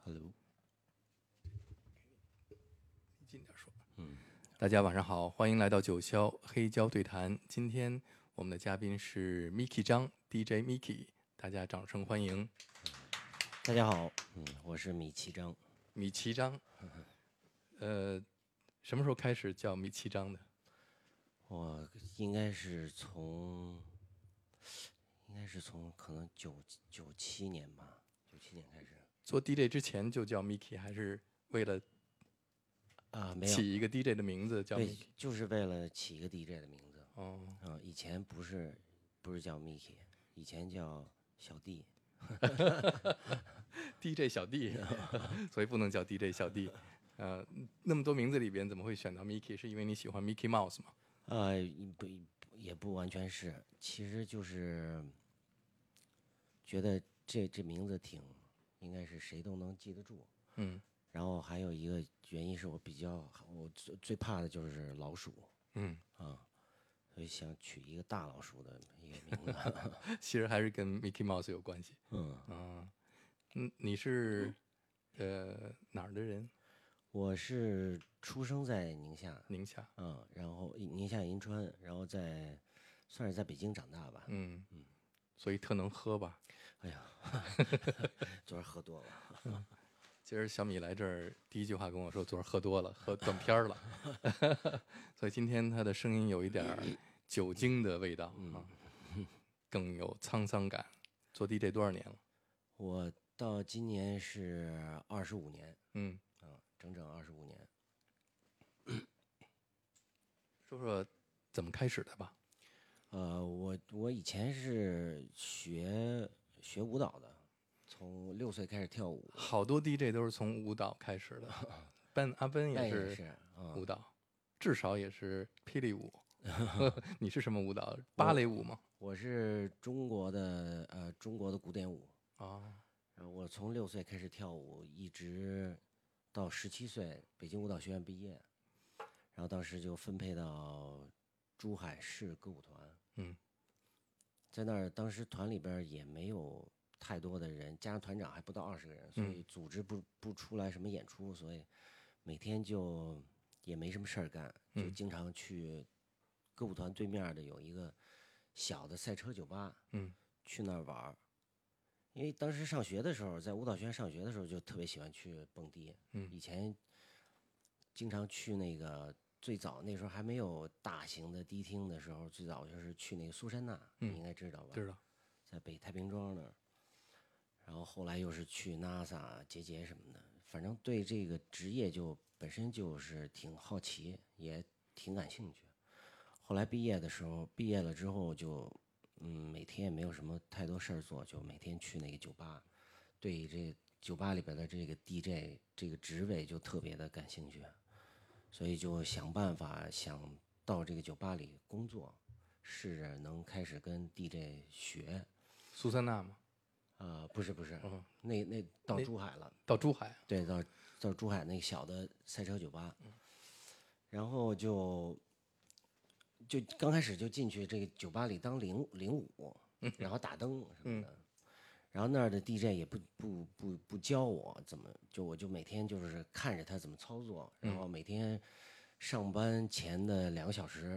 Hello， 近点说。大家晚上好，欢迎来到九霄黑胶对谈。今天我们的嘉宾是 Miki 张 DJ Miki， 大家掌声欢迎。 大家好，我是米奇张。 米奇张，什么时候开始叫米奇张的？ 我应该是从可能97年吧，97年开始。 做 DJ 之前就叫 Miki， 还是为了没有起一个 DJ 的名字叫对 Miki？ 就是为了起一个 DJ 的名字。 哦， 以前不是叫 Miki， 以前叫小弟。 DJ 小弟，所以不能叫 DJ 小弟。那么多名字里边怎么会选到 Miki？ 是因为你喜欢 Mickey Mouse 吗？ 也不完全是，其实就是觉得这名字应该是谁都能记得住。然后还有一个原因是我最怕的就是老鼠。所以想取一个大老鼠的一个名字。 其实还是跟 Mickey Mouse 有关系。你是哪儿的人？ 我是出生在宁夏。 宁夏。 然后宁夏银川，然后算是在北京长大吧。 所以特能喝吧？ 哎呀，昨儿喝多了。 今儿小米来这儿第一句话跟我说，昨儿喝多了，喝断片了。所以今天他的声音有一点酒精的味道更有沧桑感。做 DJ 多少年了？ 我到今年是25年。整整25年。 说说怎么开始的吧。 我以前是学舞蹈的，从6岁开始跳舞。 好多 DJ 都是从舞蹈开始的。阿奔也是舞蹈，至少也是霹雳舞。你是什么舞蹈？芭蕾舞吗？ 我是中国的古典舞。然后我从6岁开始跳舞，一直到17岁，北京舞蹈学院毕业，然后当时就分配到珠海市歌舞团。在那儿当时团里边也没有太多的人，加上团长还不到20个人，所以组织不出来什么演出，所以每天就也没什么事儿干，就经常去歌舞团对面的有一个小的赛车酒吧，去那儿玩。因为当时上学的时候，在舞蹈学院上学的时候就特别喜欢去蹦迪。以前经常去那个最早那时候还没有大型的迪厅的时候，最早就是去那个苏珊娜，你应该知道吧？ 知道， 在北太平庄那儿。然后后来又是去 NASA、捷什么的，反正对这个职业本身就是挺好奇，也挺感兴趣。后来毕业了之后就每天也没有什么太多事儿做，就每天去那个酒吧，对这酒吧里边的这个 DJ 这个职位就特别的感兴趣，所以就想办法想到这个酒吧里工作，试着能开始跟 DJ 学。 苏珊娜吗？ 不是，那到珠海了。 到珠海？ 对，到珠海那个小的赛车酒吧。然后就刚开始就进去这个酒吧里当领舞，然后打灯什么的。然后那儿的 DJ 也不教我怎么，我就每天就是看着他怎么操作，然后每天上班前的2个小时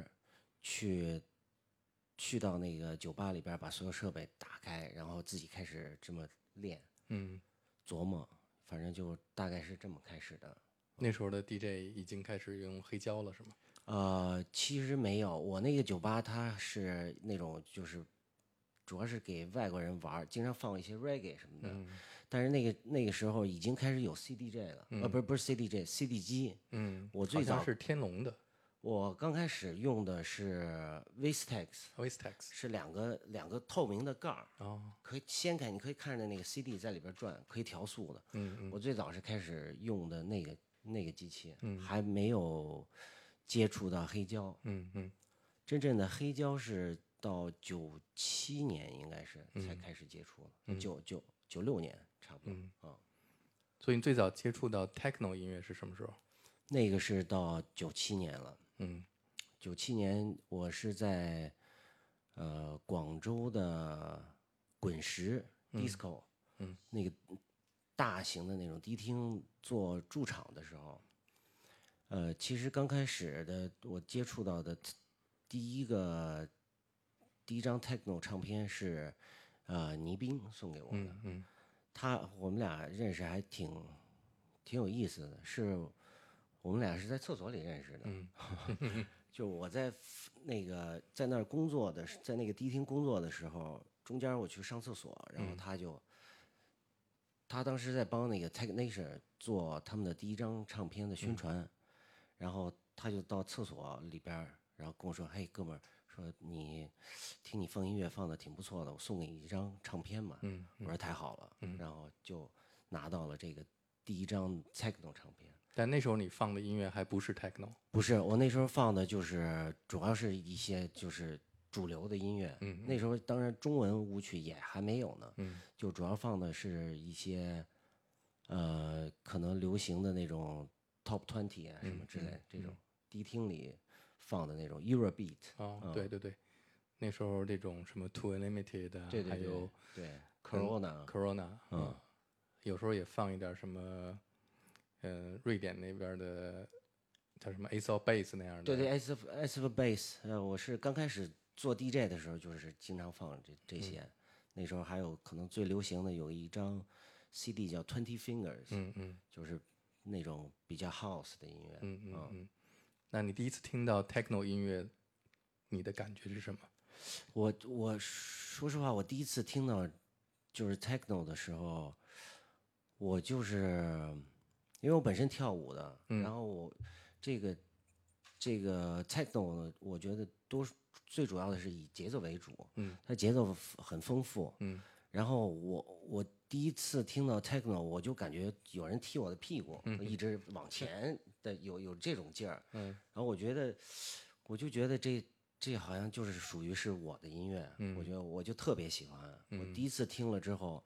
去到那个酒吧里边，把所有设备打开，然后自己开始这么练，琢磨，反正就大概是这么开始的。 那时候的 DJ 已经开始用黑胶了，是吗？ 其实没有，我那个酒吧它是那种就是主要是给外国人玩，经常放一些 reggae 什么的。但是那个时候已经开始有 CDJ 了，不是 CDJ，CD 机。我最早好像是天龙的。 我刚开始用的是 Vistex， 是两个透明的盖儿，可以掀开，你可以看着那个 CD 在里边转，可以调速的。我最早是开始用的那个机器，还没有接触到黑胶。真正的黑胶是到97年应该是才开始接触的，96年差不多。 所以你最早接触到 techno 音乐是什么时候？ 那个是到97年了。97年我是在广州的滚石 disco，那个大型的那种迪厅做驻场的时候，其实刚开始的我接触到的第一张 techno 唱片是倪斌送给我的。我们俩认识还挺有意思的，是我们俩是在厕所里认识的。就我在那儿工作的，在那个迪厅工作的时候，中间我去上厕所，然后他当时在帮那个 Technation 做他们的第一张唱片的宣传，然后他就到厕所里边，然后跟我说：“嘿，哥们儿，说听你放音乐放的挺不错的，我送给你一张唱片嘛。”我说太好了，然后就拿到了这个第一张 Techno 唱片。 但那时候你放的音乐还不是 Techno？ 不是，我那时候放的就是主要是一些就是主流的音乐。那时候当然中文舞曲也还没有呢。就主要放的是一些可能流行的那种 Top 20啊什么之类这种迪厅里放的那种 Eurobeat。 对对对，那时候这种什么 Too Unlimited 啊，还有对 Corona， 有时候也放一点什么。瑞典那边的叫什么 Ace of Base 那样的。 对对 ，Ace of Base。我是刚开始做 DJ 的时候，就是经常放这些。那时候还有可能最流行的有一张 CD 叫 Twenty Fingers，就是那种比较 House 的音乐。 那你第一次听到 Techno 音乐，你的感觉是什么？ 我说实话，我第一次听到就是 Techno 的时候，我就是。因为我本身跳舞的，然后我这个 techno 呢，我觉得最主要的是以节奏为主，它节奏很丰富，然后我第一次听到 techno， 我就感觉有人踢我的屁股，一直往前的有这种劲儿，然后我就觉得这好像就是属于是我的音乐，我就特别喜欢，我第一次听了之后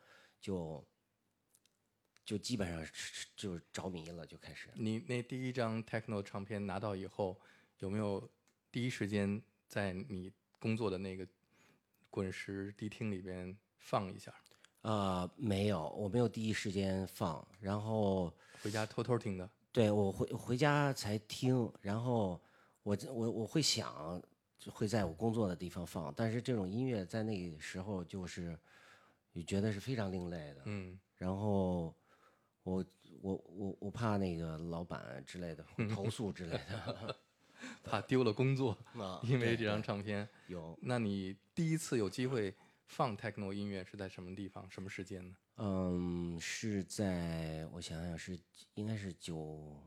就基本上就着迷了，就开始。 你那第一张 techno 唱片拿到以后，有没有第一时间在你工作的那个滚石迪厅里边放一下？ 没有，我没有第一时间放，然后回家偷偷听的。 对，我回家才听，然后我会想会在我工作的地方放，但是这种音乐在那个时候就是你觉得是非常另类的，然后。我怕那个老板之类的投诉之类的， 怕丢了工作，因为这张唱片。 有。 那你第一次有机会放 techno 音乐是在什么地方、什么时间呢？ 是在我想想应该是99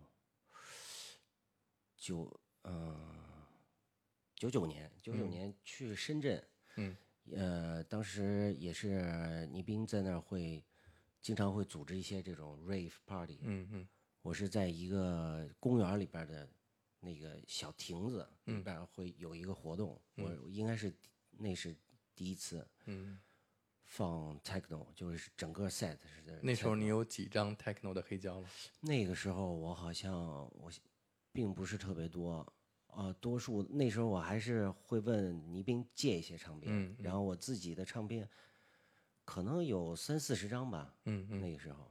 年去深圳，当时也是倪斌在那儿经常会组织一些这种 rave party。我是在一个公园里边的那个小亭子里边会有一个活动，我应该是那是第一次放 techno， 就是整个 set 是的。 那时候你有几张 techno 的黑胶了？ 那个时候我好像并不是特别多，多数那时候我还是会问倪斌借一些唱片，然后我自己的唱片。可能有30-40张吧，那个时候，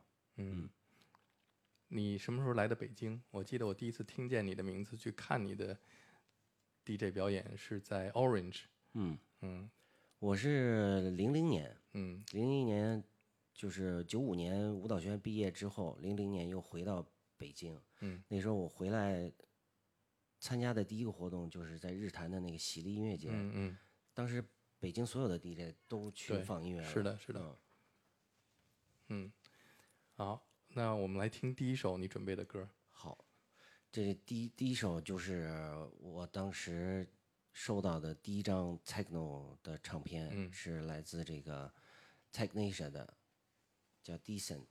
你什么时候来的北京？我记得我第一次听见你的名字，去看你的 DJ 表演是在 Orange。 我是00年，00年就是95年舞蹈学院毕业之后，00年又回到北京，那时候我回来参加的第一个活动就是在日坛的那个喜力音乐节，当时。北京所有的 DJ 都去放音乐了。 是的，是的。好，那我们来听第一首你准备的歌。 好，这第一首就是我当时收到的第一张 techno 的唱片，是来自这个 Technation 的，叫 Decent。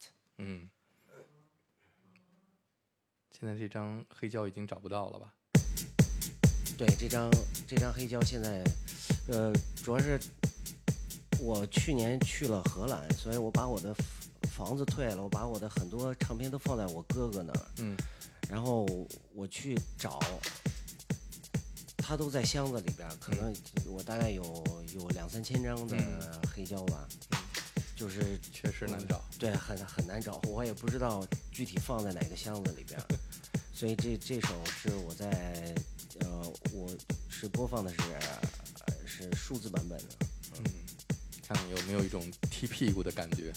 现在这张黑胶已经找不到了吧？ 对，这张黑胶现在。主要是我去年去了荷兰，所以我把我的房子退了，我把我的很多唱片都放在我哥哥那儿，然后我去找，他都在箱子里边，可能我大概有2-3千张的黑胶吧， 就是确实难找， 对，很难找，我也不知道具体放在哪个箱子里边，所以这首是我在我是播放的是数字版本的， 看有没有一种踢屁股的感觉。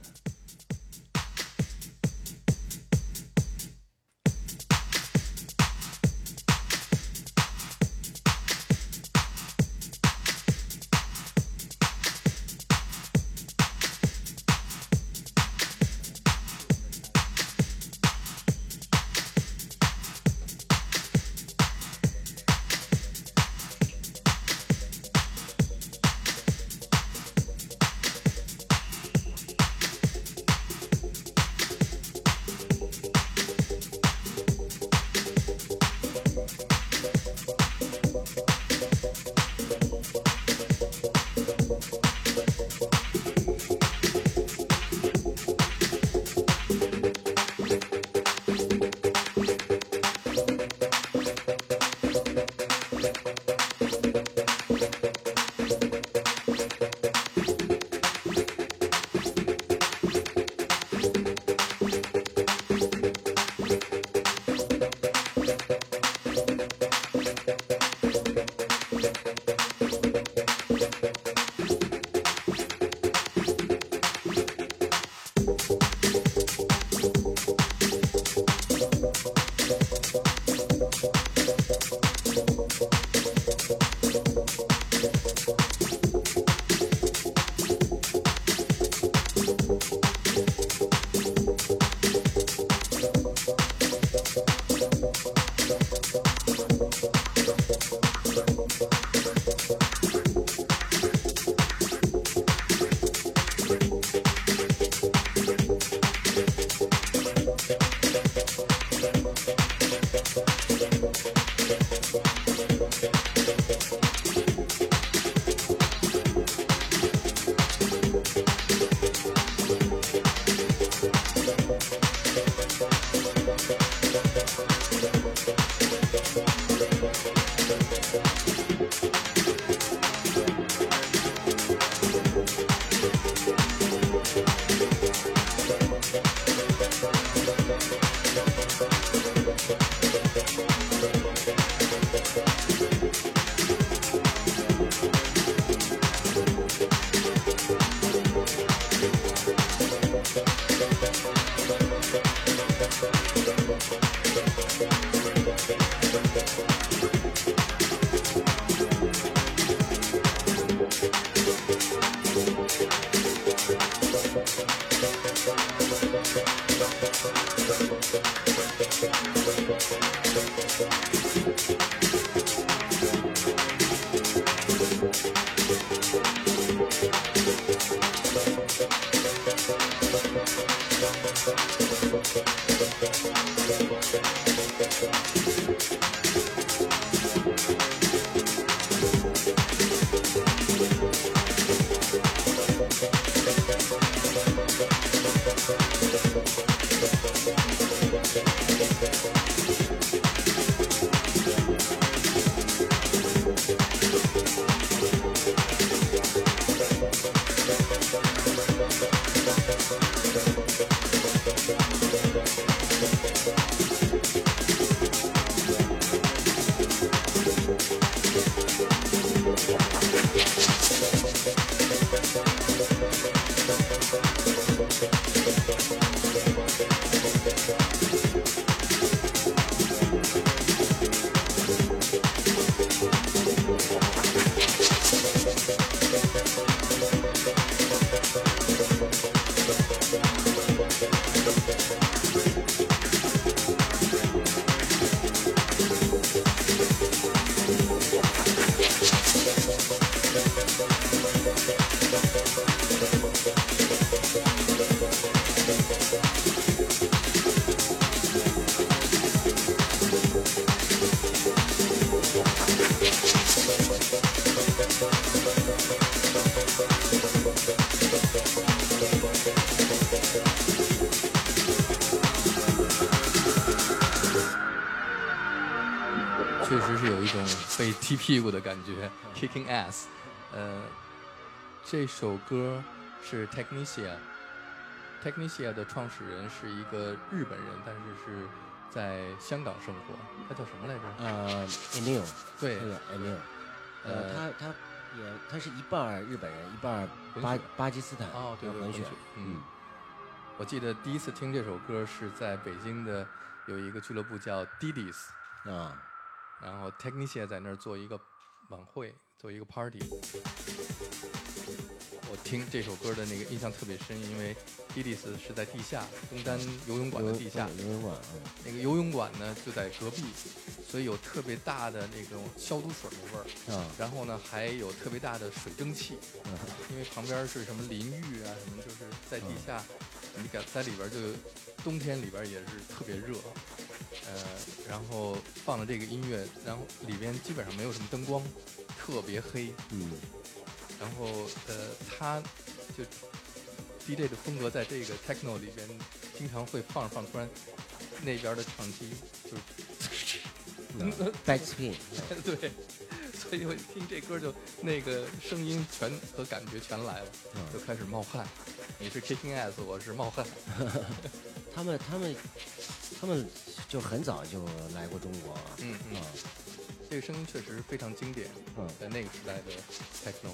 确实是有一种被踢屁股的感觉 ，kicking ass。这首歌是 Technicia 的创始人是一个日本人，但是在香港生活。他叫什么来着 ？Emil。 对 ，Emil。他是一半日本人，一半巴基斯坦。 哦，对， 混血。 我记得第一次听这首歌是在北京的有一个俱乐部叫 Didis 啊， 然后 Technicia 在那儿做一个晚会，做一个 party。我听这首歌的那个印象特别深，因为 Didis 是在地下东单游泳馆的地下， 游泳馆那个游泳馆呢就在隔壁，所以有特别大的那种消毒水的味儿然后呢还有特别大的水蒸气因为旁边是什么淋浴啊什么，就是在地下，你敢在里边就冬天里边也是特别热，然后放了这个音乐，然后里边基本上没有什么灯光，特别黑，然后他就 DJ 的风格在这个 techno 里边经常会放，突然那边的唱机就是 backspin 对，所以我听这歌就那个声音全和感觉全来了，就开始冒汗。你是 kicking ass， 我是冒汗。 他们就很早就来过中国了。 这个声音确实非常经典。在那个时代的 techno。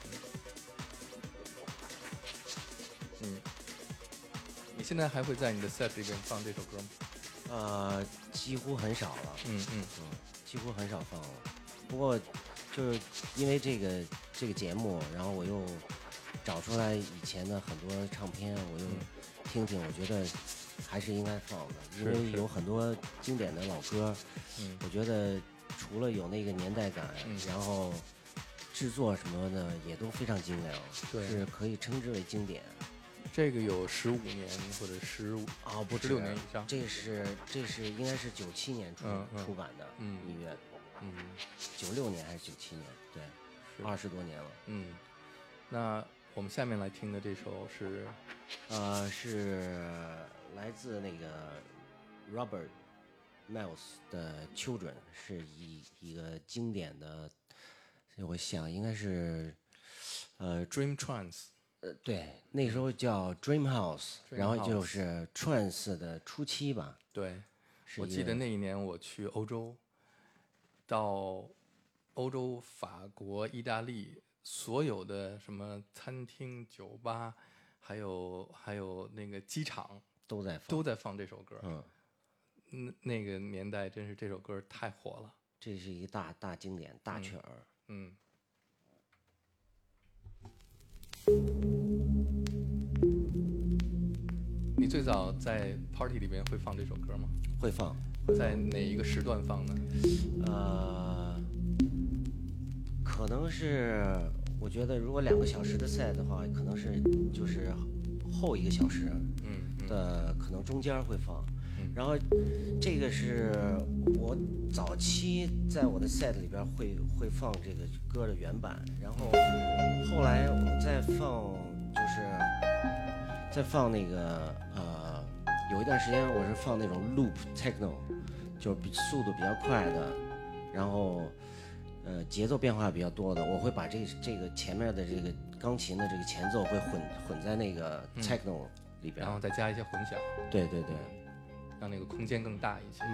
你现在还会在你的 set 里边放这首歌吗？几乎很少了。几乎很少放了。不过就是因为这个节目，然后我又找出来以前的很多唱片，我又听听，我觉得还是应该放的，因为有很多经典的老歌，我觉得除了有那个年代感，然后制作什么的也都非常精良，是可以称之为经典。 这个有15年或者不 16年以上。 这是应该是97年出版的音乐，96年还是97年？对，20多年了。 那我们下面来听的这首是来自那个 Robert Miles 的 Children， 是一个经典的，我想应该是 Dream Trance。 对，那时候叫 Dream House， 然后就是 Trance 的初期吧。 对，我记得那一年我去欧洲，到欧洲、法国、意大利，所有的什么餐厅、酒吧，还有那个机场都在放这首歌。那个年代真是这首歌太火了。 这是一个大经典大曲儿。 你最早在 party 里面会放这首歌吗？ 会放。 在哪一个时段放呢？ 可能是我觉得如果2个小时的 set 的话，可能是就是后1个小时的，可能中间会放。然后这个是我早期在我的 set 里边会放这个歌的原版，然后后来我再放那个有一段时间我是放那种 loop techno， 就是速度比较快的，然后节奏变化比较多的，我会把这个前面的这个钢琴的这个前奏会混在那个 techno 里边， 然后再加一些混响。 对， 让那个空间更大一些。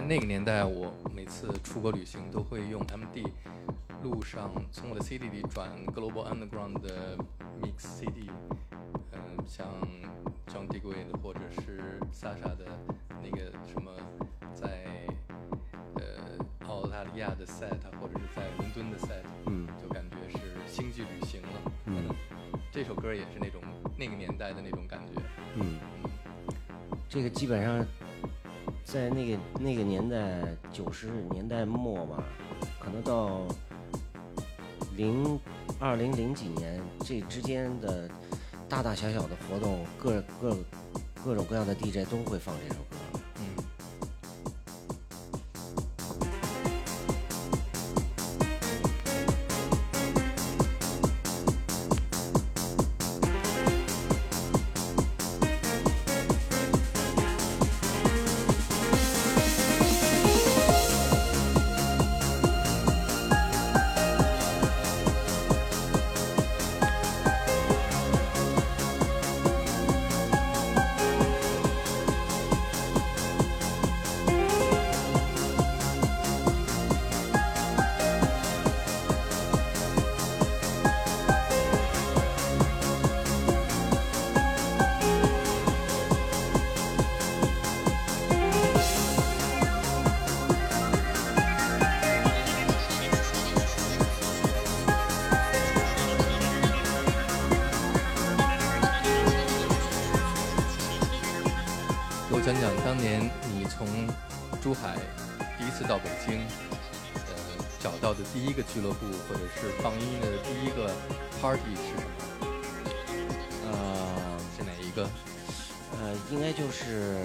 那个年代，我每次出国旅行都会用 MD， 路上从我的 CD 里转 Global Underground 的 Mix CD，像 John Digweed 或者是 Sasha 的那个什么在澳大利亚的 set， 或者是在伦敦的 set， 就感觉是星际旅行了。这首歌也是那个年代的那种感觉。 这个基本上在那个年代，90年代末吧，可能到2000几年这之间的大大小小的活动，各种各样的 DJ 都会放这首歌。 讲讲当年你从珠海第一次到北京，找到的第一个俱乐部，或者是放音乐的第一个 party 是什么？是哪一个？ 应该就是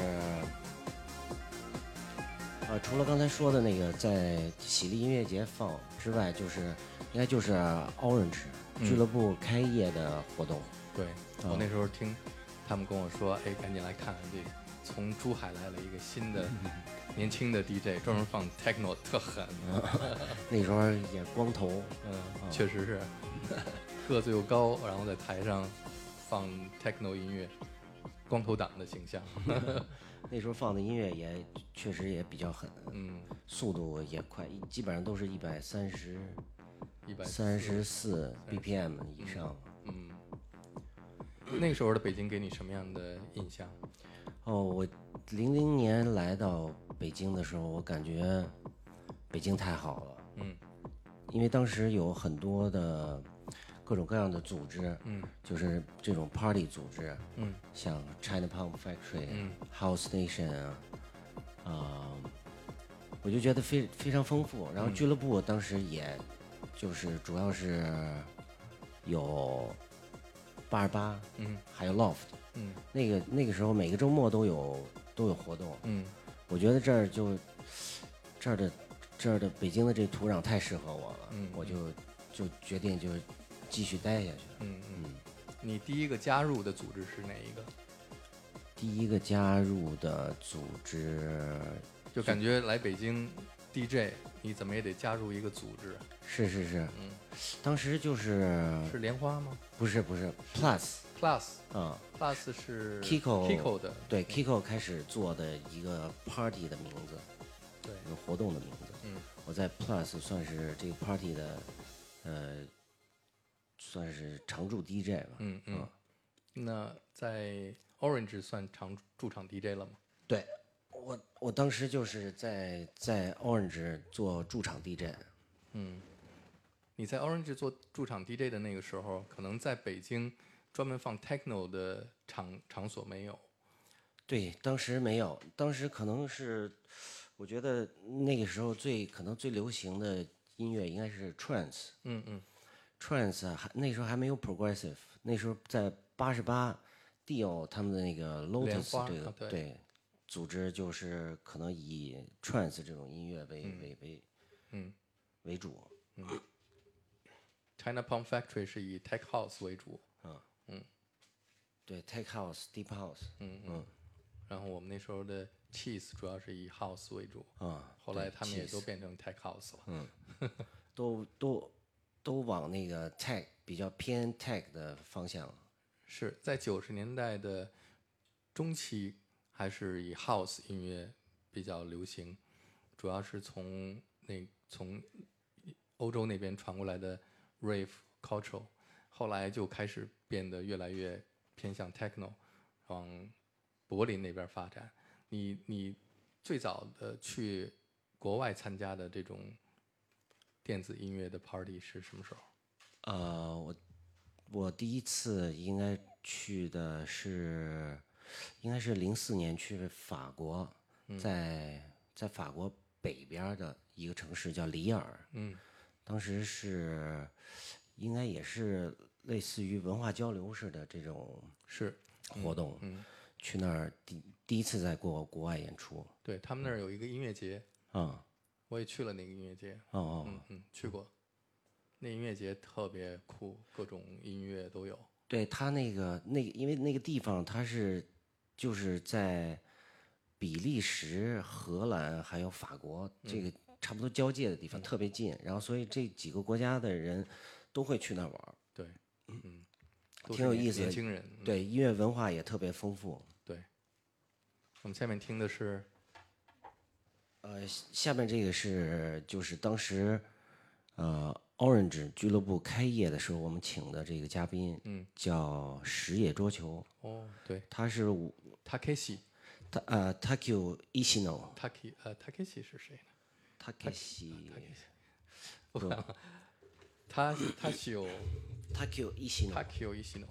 除了刚才说的那个在喜力音乐节放之外，应该就是 Orange 俱乐部开业的活动。 对，我那时候听他们跟我说，哎，赶紧来看看这个。从珠海来了一个新的年轻的 DJ， 专门放 techno 特狠。 那时候也光头， 确实是个子又高，然后在台上放 techno 音乐，光头党的形象。 那时候放的音乐也确实也比较狠，速度也快，基本上都是134 BPM 以上。 那个时候的北京给你什么样的印象？ 我00年来到北京的时候，我感觉北京太好了。因为当时有很多的各种各样的组织，就是这种 party 组织，像 China Pump Factory、House Station 我就觉得非常丰富。然后俱乐部当时也就是主要是有88，还有 Loft。那个时候每个周末都有活动。我觉得这儿的北京的这土壤太适合我了。我就决定就继续待下去。 你第一个加入的组织是哪一个？ 第一个加入的组织， 就感觉来北京 DJ， 你怎么也得加入一个组织。 是。当时是莲花吗？ 不是 Plus。 Plus 是 Kiko 的，对 Kiko 开始做的一个 party 的名字， 对， 一个活动的名字。我在 Plus 算是这个 party 的，算是常驻 DJ 吧。 那在 Orange 算常驻场 DJ 了吗？ 对，我当时就是在 Orange 做驻场 DJ。 你在 Orange 做驻场 DJ 的那个时候，可能在北京专门放 techno 的场所没有。 对，当时没有，当时可能是我觉得那个时候可能最流行的音乐应该是 trance。trance 那时候还没有 progressive， 那时候在88 Dio 他们的那个 Lotus 这个对组织就是可能以 trance 这种音乐为主。 China Pump Factory 是以 Tech House 为主。 对 Tech House、Deep House。 然后我们那时候的 Cheese 主要是以 House 为主。后来他们也都变成 Tech House 了。 都往那个 Tech 比较偏 Tech 的方向。 是在90年代的中期，还是以 House 音乐比较流行。 主要是从欧洲那边传过来的 rave culture， 后来就开始变得越来越偏向 techno， 往柏林那边发展。你最早的去国外参加的这种电子音乐的 party 是什么时候？ 我第一次应该去的是，应该是04年去法国，在法国北边的一个城市叫里尔，当时是应该也是类似于文化交流似的这种活动，去那儿第一次在国外演出。 对，他们那儿有一个音乐节，我也去了那个音乐节，去过。那音乐节特别酷，各种音乐都有。 对，他因为那个地方它就是在比利时、荷兰还有法国这个差不多交界的地方，特别近。然后所以这几个国家的人都会去那儿玩。 对， 挺有意思的。 年轻人， 对，音乐文化也特别丰富。 对，我们下面听的是， 下面这个就是当时Orange 俱乐部开业的时候，我们请的这个嘉宾，叫石野桌球。 对， 他是 Takeshi， Takio Ishino。 Takeshi 是谁呢 ？Takeshi， 我看了，Takio Ishino。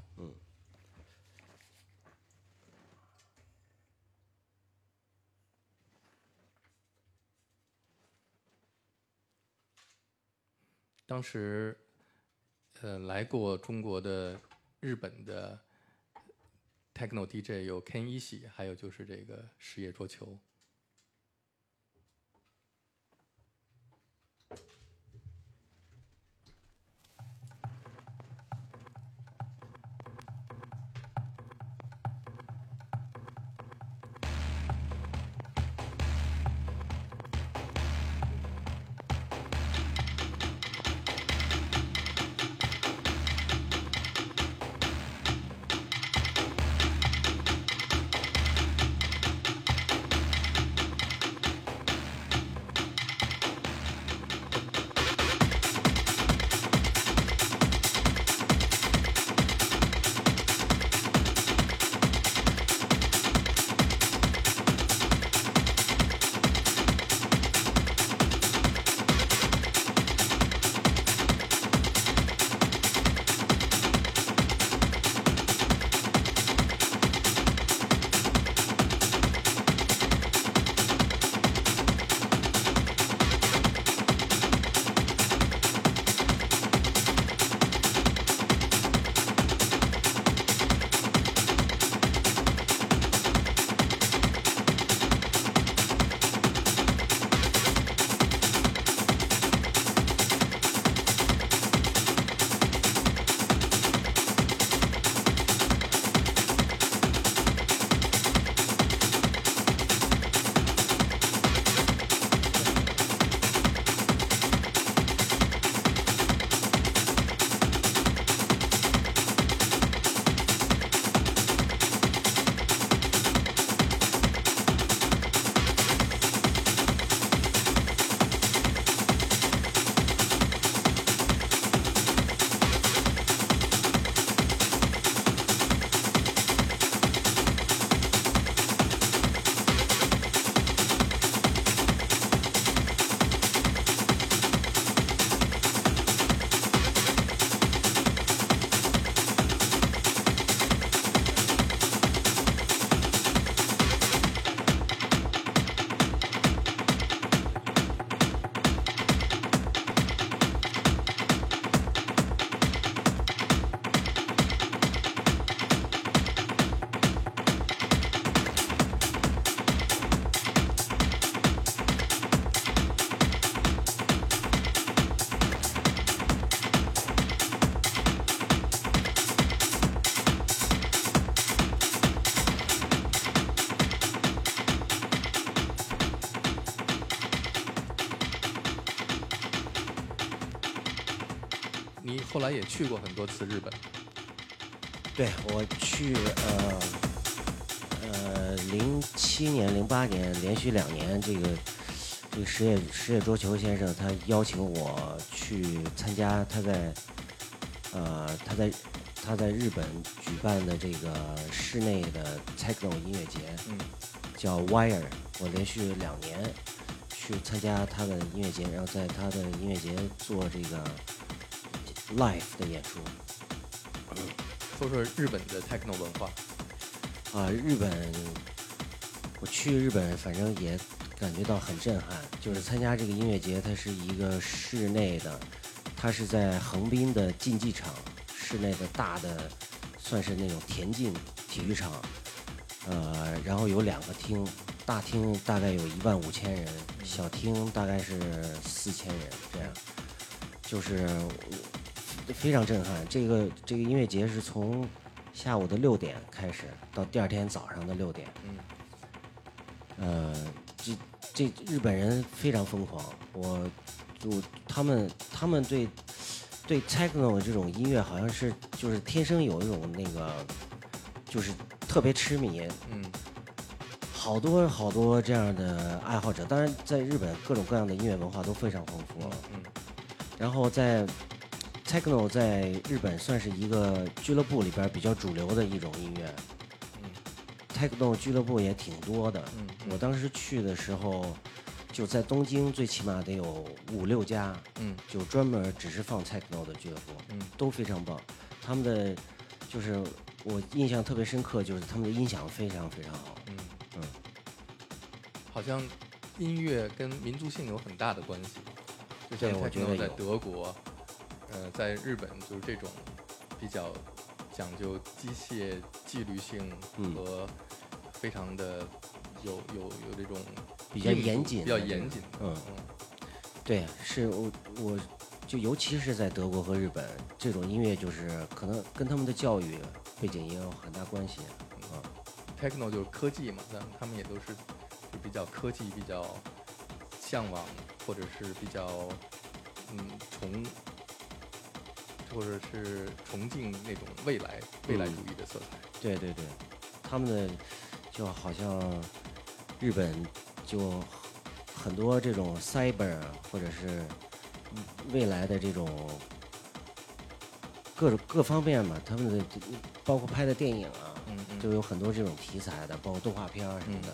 当时，来过中国的日本的 techno DJ 有 Ken Ishii， 还有就是这个石野桌球。你后来也去过很多次日本。 对，我去07年、08年连续2年这个这个石野桌球先生他邀请我去参加他在日本举办的这个室内的 techno 音乐节，叫 Wire。我连续2年去参加他的音乐节，然后在他的音乐节做这个 live 的演出。 说说日本的 techno 文化。 日本，我去日本，反正也感觉到很震撼。就是参加这个音乐节，它是一个室内的，它是在横滨的竞技场，室内的大的，算是那种田径体育场。然后有2个厅，大厅大概有15000人，小厅大概是4000人，这样，就是非常震撼。这个音乐节是从下午的6点开始，到第2天早上的6点。这日本人非常疯狂，他们对 techno 这种音乐好像是就是天生有一种那个，就是特别痴迷。好多这样的爱好者，当然在日本各种各样的音乐文化都非常丰富。然后在 techno 在日本算是一个俱乐部里边比较主流的一种音乐。techno 俱乐部也挺多的。我当时去的时候，就在东京最起码得有5-6家，就专门只是放 techno 的俱乐部，都非常棒。他们的就是我印象特别深刻，就是他们的音响非常非常好。 好像音乐跟民族性有很大的关系，就像 techno 在德国，在日本就是这种比较讲究机械纪律性和非常的有这种比较严谨，对，是我就尤其是在德国和日本，这种音乐就是可能跟他们的教育背景也有很大关系。 techno 就是科技嘛，他们也都是就比较科技，比较向往，或者是比较或者是崇敬那种未来主义的色彩。 对，他们的就好像日本就很多这种 cyber 或者是未来的这种各方面嘛，他们的包括拍的电影啊，都有很多这种题材的，包括动画片什么的。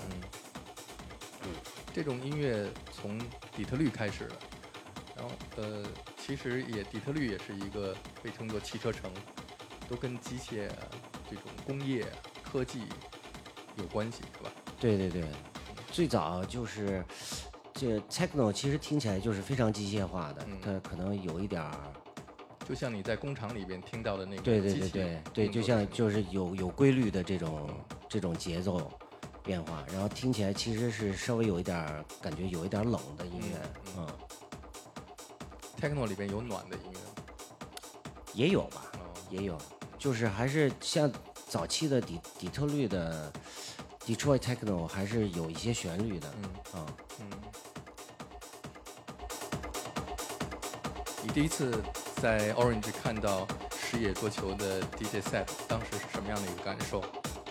这种音乐从底特律开始的，然后其实底特律也是一个被称作汽车城，都跟机械这种工业科技有关系，是吧？ 对，最早就是这 techno 其实听起来就是非常机械化的，它可能有一点儿， 就像你在工厂里边听到的那个对，就像就是有规律的这种节奏变化，然后听起来其实是稍微有一点感觉有一点冷的音乐。 techno 里边有暖的音乐吗？ 也有吧，也有，就是还是像早期的底特律的 Detroit techno 还是有一些旋律的。 你第一次在 Orange 看到石野桌球的 DJ set， 当时是什么样的一个感受？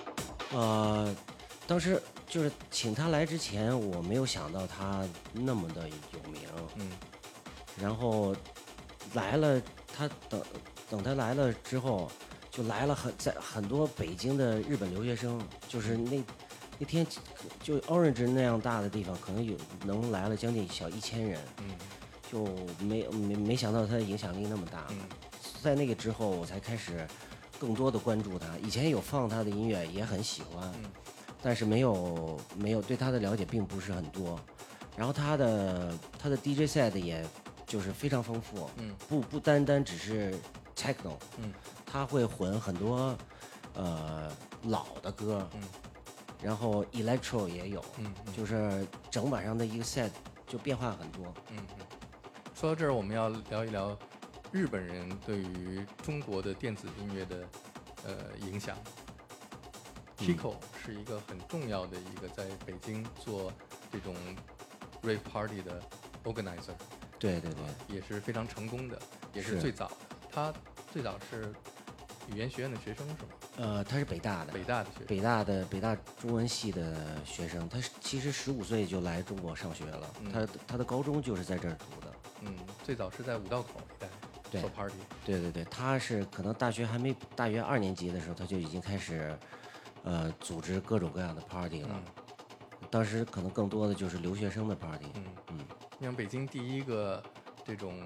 当时就是请他来之前，我没有想到他那么的有名。然后来了，他等他来了之后，就来了很多北京的日本留学生，就是那天就 Orange 那样大的地方，可能能来了将近小1000人。就没想到他的影响力那么大。在那个之后，我才开始更多的关注他。以前有放他的音乐，也很喜欢，但是没有对他的了解并不是很多。然后他的 DJ set 也就是非常丰富，不单单只是 techno，他会混很多老的歌，然后 electro 也有，就是整晚上的一个 set 就变化很多。 说到这儿，我们要聊一聊日本人对于中国的电子音乐的影响。Kiko 是一个很重要的一个在北京做这种 rave party 的 organizer。 对， 也是非常成功的，也是最早的。他最早是语言学院的学生是吗？ 他是北大的，北大中文系的学生，他其实15岁就来中国上学了，他的高中就是在这儿读的。 最早是在五道口一带做 party。 对，他是可能大学2年级的时候，他就已经开始，组织各种各样的 party 了。当时可能更多的就是留学生的 party。 像北京第一个这种，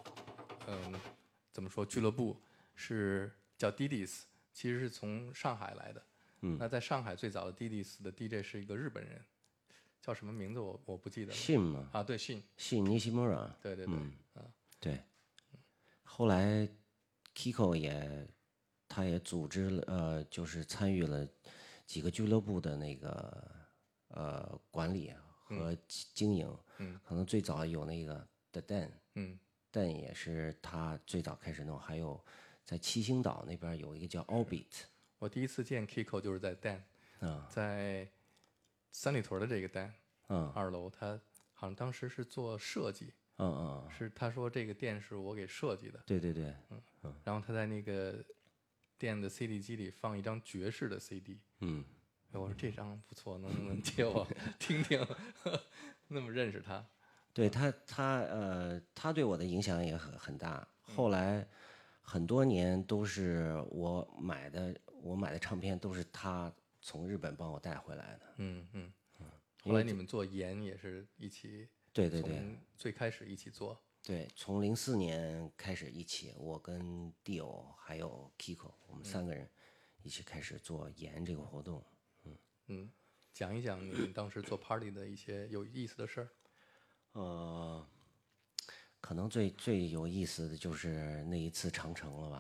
怎么说俱乐部是叫 Didis。其实是从上海来的，那在上海最早的 Didis 的 DJ 是一个日本人，叫什么名字我不记得了。 信吗？ 啊，对，信 Nishimura。 对， 对。后来 Kiko 他也组织了，就是参与了几个俱乐部的那个管理和经营。可能最早有那个 The Dan，Dan 也是他最早开始弄，还有。在七星岛那边有一个叫 Orbit。 我第一次见 Kiko 就是在 Dan，在三里屯的这个 Dan，2楼，他好像当时是做设计，是他说这个店是我给设计的， 对， 然后他在那个店的 CD 机里放一张爵士的 CD，我说这张不错，能不能借我听听？那么认识他， 对他对我的影响也很大，后来。很多年都是我买的唱片都是他从日本帮我带回来的。 后来你们做盐也是一起， 对， 从最开始一起做。 对，从04年开始一起，我跟 Dio 还有 Kiko， 我们3个人一起开始做盐这个活动。 讲一讲你们当时做 party 的一些有意思的事儿。 可能最有意思的就是那一次长城了吧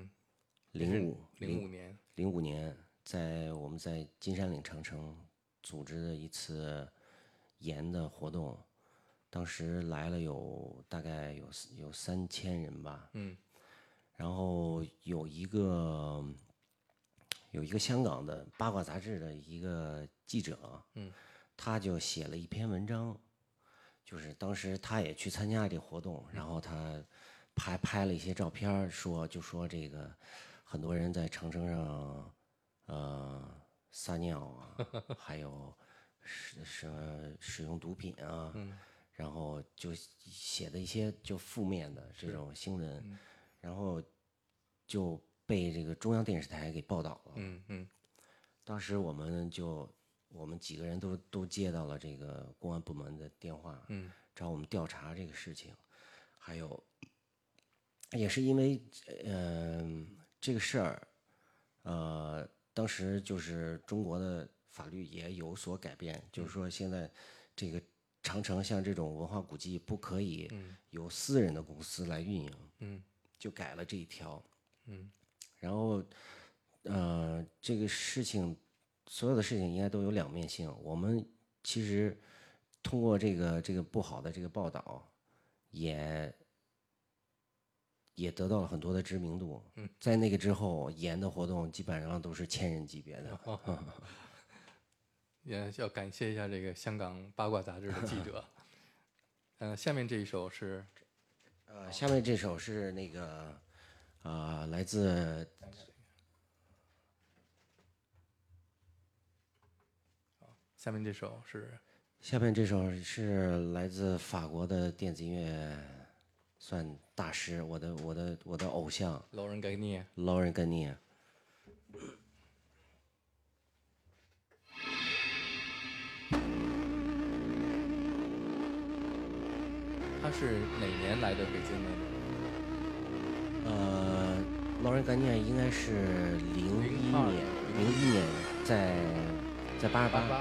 ？05年，我们在金山岭长城组织的一次盐的活动，当时来了大概有3000人吧。然后有一个香港的八卦杂志的一个记者，他就写了一篇文章。就是当时他也去参加这活动，然后他拍了一些照片，说这个很多人在长城上撒尿啊，还有使用毒品啊，然后就写的一些就负面的这种新闻，然后就被这个中央电视台给报道了。当时我们几个人都接到了这个公安部门的电话，找我们调查这个事情，还有，也是因为这个事儿，当时就是中国的法律也有所改变，就是说现在这个长城像这种文化古迹不可以由私人的公司来运营，就改了这一条，然后这个事情。所有的事情应该都有两面性。我们其实通过这个不好的这个报道，也得到了很多的知名度。在那个之后，盐的活动基本上都是千人级别的。 也要感谢一下这个香港八卦杂志的记者。下面这一首是， 下面这首是那个来自。 下面这首是来自法国的电子音乐，算大师，我的偶像 Laurent Garnier。他是哪年来的北京的？Laurent Garnier 应该是01年在88号。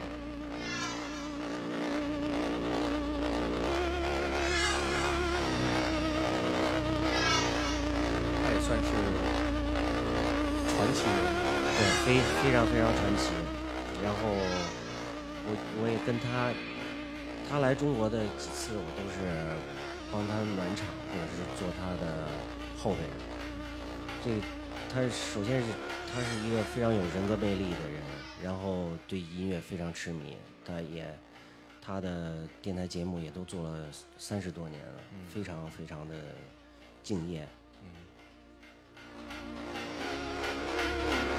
他也算是传奇人物， 对，非常传奇。然后我也跟他来中国的几次，我都是帮他暖场，或者是做他的后辈。他首先是他是一个非常有人格魅力的人，然后对音乐非常痴迷，他的电台节目也都做了30多年了，非常的敬业。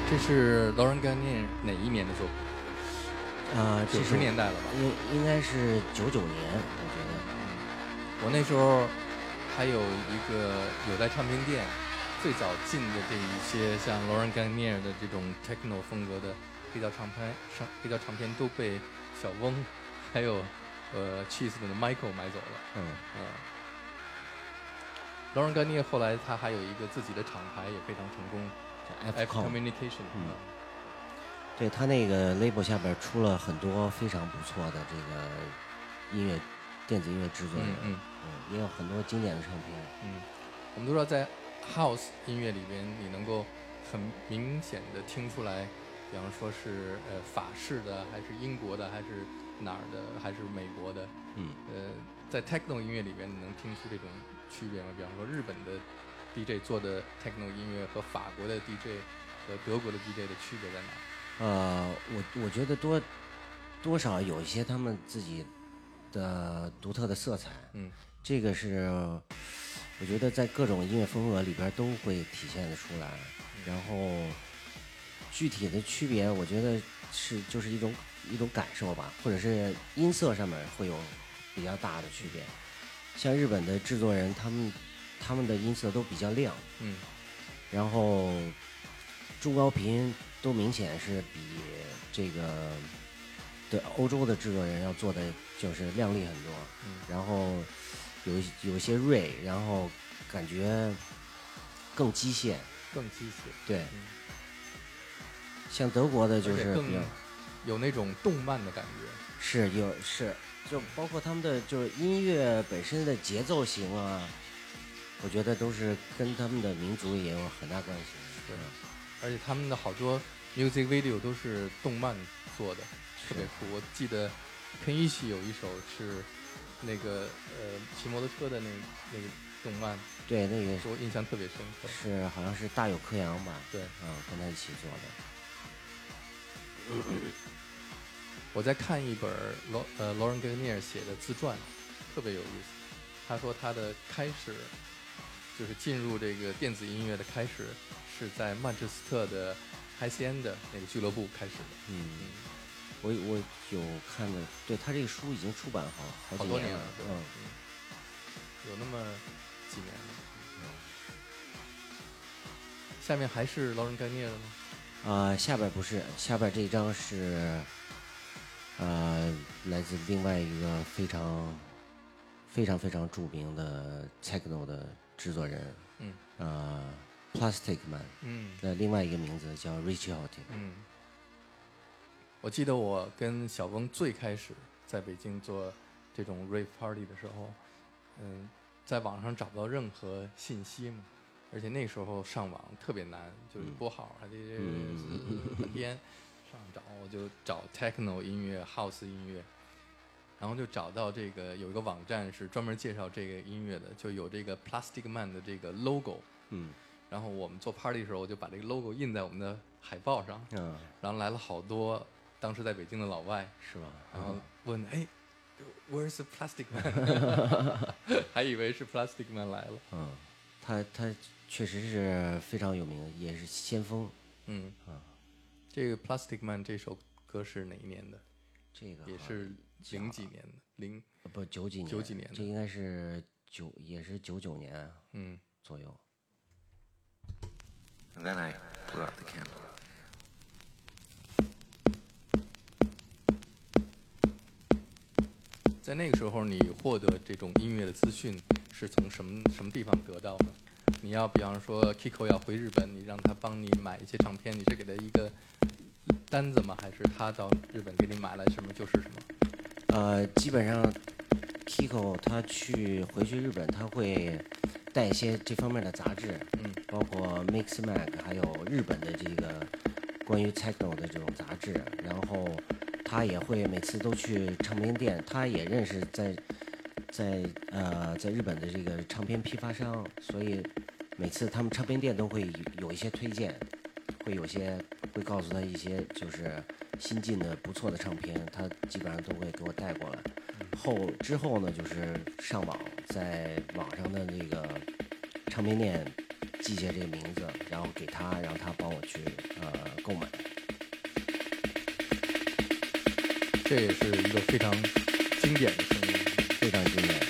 这是 Laurent Garnier 哪一年的作品？90年代了吧？ 应该是99年，我觉得。 我那时候还有一个有在唱片店最早进的这一些像 Laurent Garnier 的这种 techno 风格的黑胶唱片都被小翁还有Cheese 的 Michael 买走了。Laurent Garnier 后来他还有一个自己的厂牌也非常成功，叫 F Communication。 对，他那个 label 下边出了很多非常不错的这个电子音乐制作人，也有很多经典的唱片。 我们都知道在 House 音乐里边，你能够很明显的听出来，比方说是法式的，还是英国的，还是哪儿的，还是美国的。在 Techno 音乐里边，你能听出这种区别吗？比方说日本的 DJ 做的 Techno 音乐和法国的 DJ 和德国的 DJ 的区别在哪？ 我觉得多少有一些他们自己的独特的色彩。这个是我觉得在各种音乐风格里边都会体现得出来。然后具体的区别，我觉得就是一种感受吧，或者是音色上面会有比较大的区别。像日本的制作人，他们的音色都比较亮，然后中高频都明显是比这个对欧洲的制作人要做的就是亮丽很多，然后有一些锐，然后感觉更机械，对，像德国的就是更有那种动漫的感觉， 是就包括他们的就是音乐本身的节奏型啊，我觉得都是跟他们的民族也有很大关系。 对，而且他们的好多 music video 都是动漫做的，特别酷。我记得肯一喜有一首是那个骑摩托车的那个动漫， 对，那个我印象特别深刻。 是好像是大有克洋吧？ 对， 跟他一起做的。 我在看一本Laurent Garnier 写的自传，特别有意思。他说他的开始就是进入这个电子音乐的开始是在曼彻斯特的 High End 那个俱乐部开始的。 我有看的，对，他这个书已经出版好多年了，有那么几年了。下面还是 Laurent Garnier 的吗？ 下边不是，下边这一张是来自另外一个非常著名的 techno 的制作人，Plastic Man，的另外一个名字叫 Richie Hawtin。 我记得我跟小翁最开始在北京做这种 rave party 的时候，在网上找不到任何信息嘛，而且那时候上网特别难，就是拨号还得半天上找，我就找 techno 音乐、house 音乐，然后就找到这个有一个网站是专门介绍这个音乐的，就有这个 Plastic Man 的这个 logo。然后我们做 party 的时候，我就把这个 logo 印在我们的海报上。然后来了好多当时在北京的老外， 是吧？ 然后问，Where's the Plastic Man？ 还以为是 Plastic Man 来了。 他确实是非常有名，也是先锋。 这个 Plastic Man 这首歌是哪一年的？ 这个也是零几年的， 不九几年的，这应该是也是99年左右。 And then I blew out the candle. 在那个时候，你获得这种音乐的资讯是从什么地方得到的？你要比方说 Kiko 要回日本，你让他帮你买一些唱片，你是给他一个单子吗？还是他到日本给你买来什么就是什么？ 基本上 Kiko 他回去日本，他会带一些这方面的杂志，包括 Mix Mag， 还有日本的这个关于 techno 的这种杂志。然后他也会每次都去唱片店，他也认识在日本的这个唱片批发商，所以每次他们唱片店都会有一些推荐，会告诉他一些就是新进的不错的唱片，他基本上都会给我带过来。之后呢，就是上网，在网上的那个唱片店记下这个名字，然后给他，让他帮我去购买。 这也是一个非常经典的声音， 非常经典。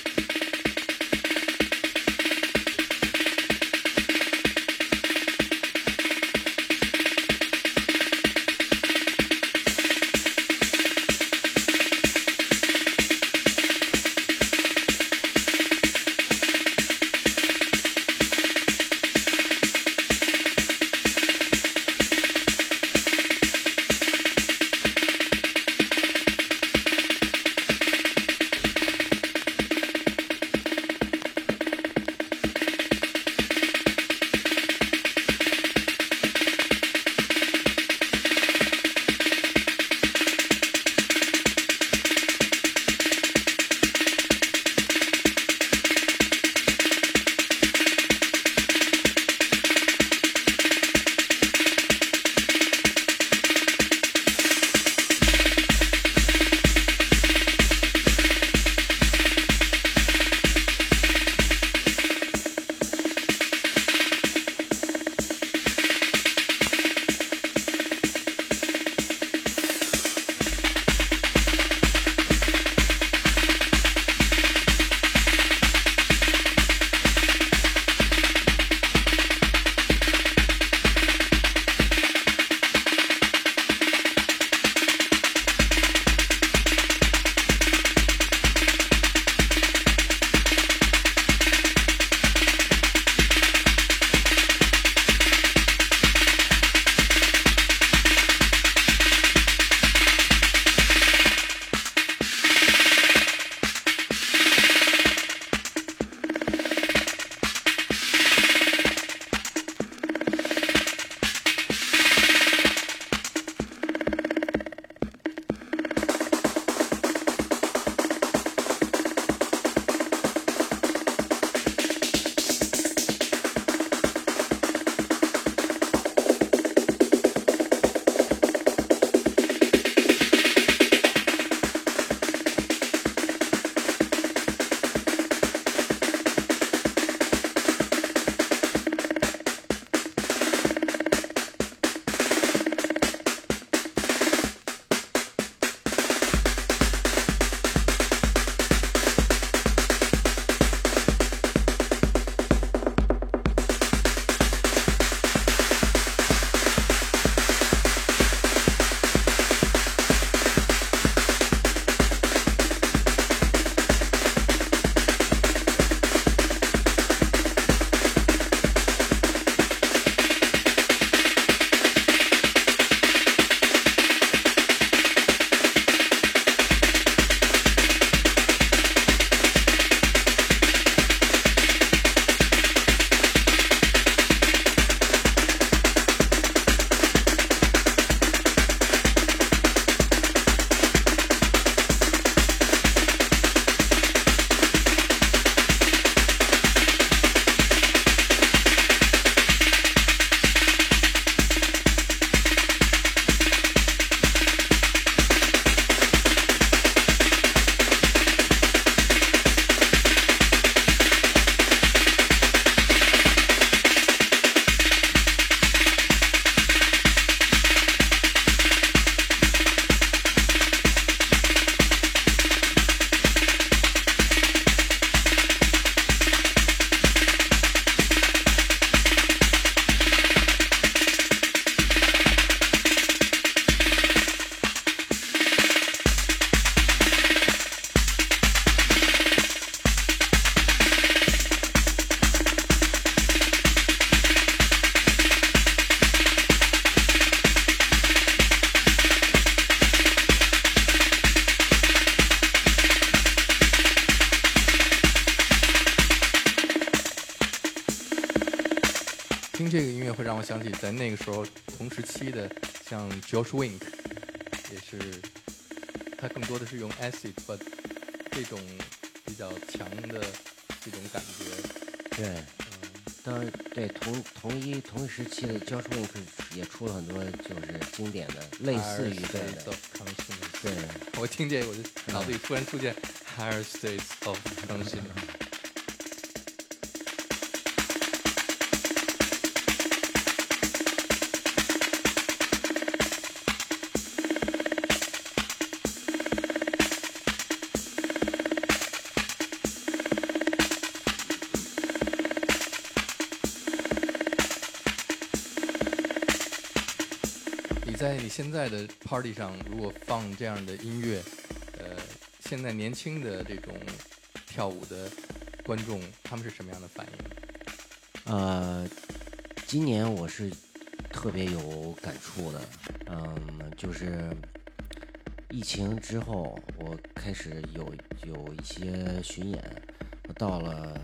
听这个音乐会让我想起在那个时候同时期的，像 Josh Wink， 也是他更多的是用 acid， but 这种比较强的这种感觉。 对，对同一时期的 Josh Wink 也出了很多就是经典的类似于这样的。对， 我听这个我就脑子里突然出现 Higher States of Consciousness。 在你现在的 party 上，如果放这样的音乐，现在年轻的这种跳舞的观众，他们是什么样的反应？ 今年我是特别有感触的，就是疫情之后，我开始有一些巡演，我到了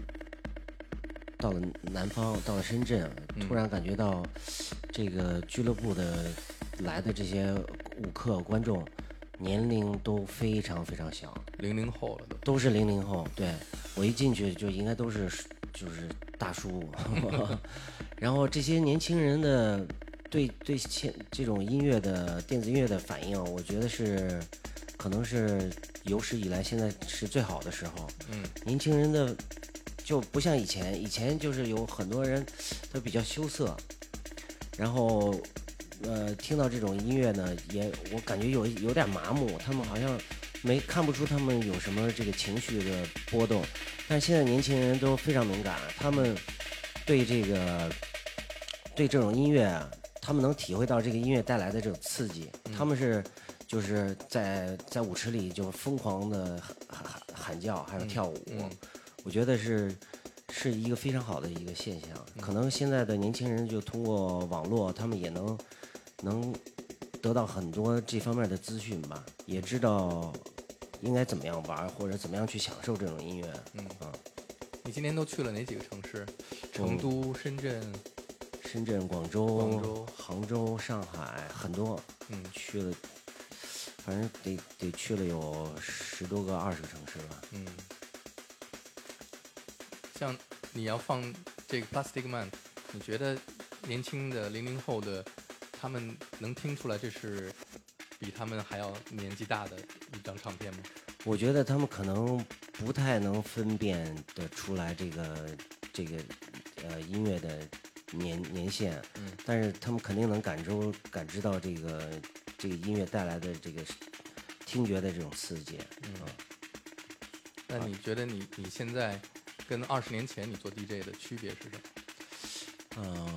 南方，到了深圳，突然感觉到这个俱乐部的来的这些舞客观众年龄都非常非常小 ，00后了都是00后。对，我一进去就应该都是就是大叔，然后这些年轻人的对这种音乐的电子音乐的反应，我觉得是可能是有史以来现在是最好的时候。年轻人的就不像以前就是有很多人他比较羞涩，然后听到这种音乐呢，我感觉有点麻木，他们好像看不出他们有什么这个情绪的波动。但现在年轻人都非常敏感，他们对这种音乐啊，他们能体会到这个音乐带来的这种刺激，他们就是在舞池里就疯狂的喊叫，还有跳舞。我觉得是一个非常好的一个现象。可能现在的年轻人就通过网络，他们也能得到很多这方面的资讯吧，也知道应该怎么样玩，或者怎么样去享受这种音乐。 你今年都去了哪几个城市？成都、深圳、 广州、杭州、上海，很多。去了，反正得去了有10多个、20个城市吧。 像你要放这个 Plastic Man， 你觉得年轻的00后的他们能听出来这是比他们还要年纪大的一张唱片吗？ 我觉得他们可能不太能分辨得出来这个音乐的年限，但是他们肯定能感知到这个音乐带来的这个听觉的这种刺激。 那你觉得你现在跟20年前你做 DJ 的区别是什么？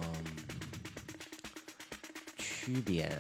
区别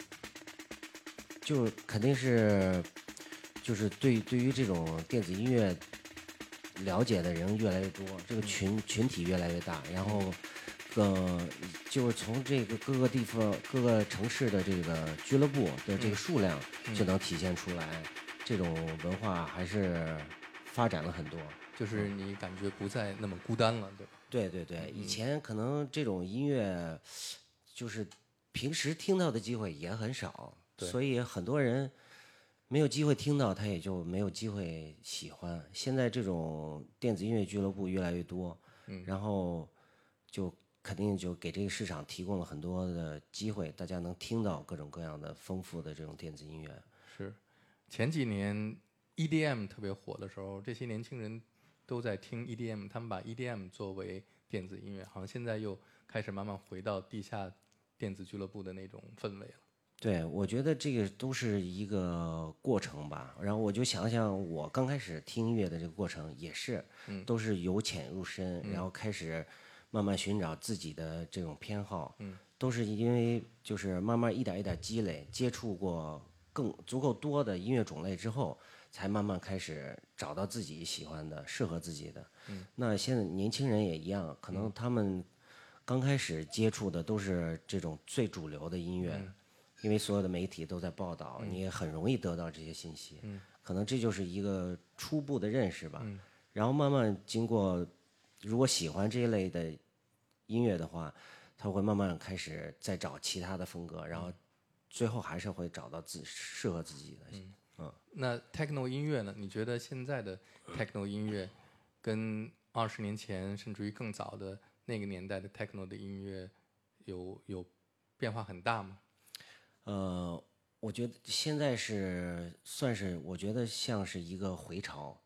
就肯定是就是对于这种电子音乐了解的人越来越多，这个群体越来越大，然后就是从这个各个地方、各个城市的这个俱乐部的这个数量就能体现出来，这种文化还是发展了很多。 就是你感觉不再那么孤单了，对吧？ 对，以前可能这种音乐就是平时听到的机会也很少，所以很多人没有机会听到，他也就没有机会喜欢。现在这种电子音乐俱乐部越来越多，然后就肯定就给这个市场提供了很多的机会，大家能听到各种各样的丰富的这种电子音乐。 是，前几年 EDM 特别火的时候，这些年轻人都在听 EDM， 他们把 EDM 作为电子音乐，好像现在又开始慢慢回到地下电子俱乐部的那种氛围了。 对，我觉得这个都是一个过程吧。然后我就想想，我刚开始听音乐的这个过程也是，都是由浅入深，然后开始慢慢寻找自己的这种偏好，都是因为就是慢慢一点一点积累，接触过更足够多的音乐种类之后，才慢慢开始找到自己喜欢的、适合自己的。那现在年轻人也一样，可能他们刚开始接触的都是这种最主流的音乐。因为所有的媒体都在报道，你也很容易得到这些信息。可能这就是一个初步的认识吧。然后慢慢经过，如果喜欢这一类的音乐的话，他会慢慢开始再找其他的风格，然后最后还是会找到适合自己的。 那 techno 音乐呢？你觉得现在的 techno 音乐跟20年前甚至于更早的那个年代的 techno 的音乐有变化很大吗？ 我觉得现在算是我觉得像是一个回潮。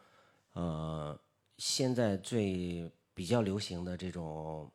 现在比较流行的这种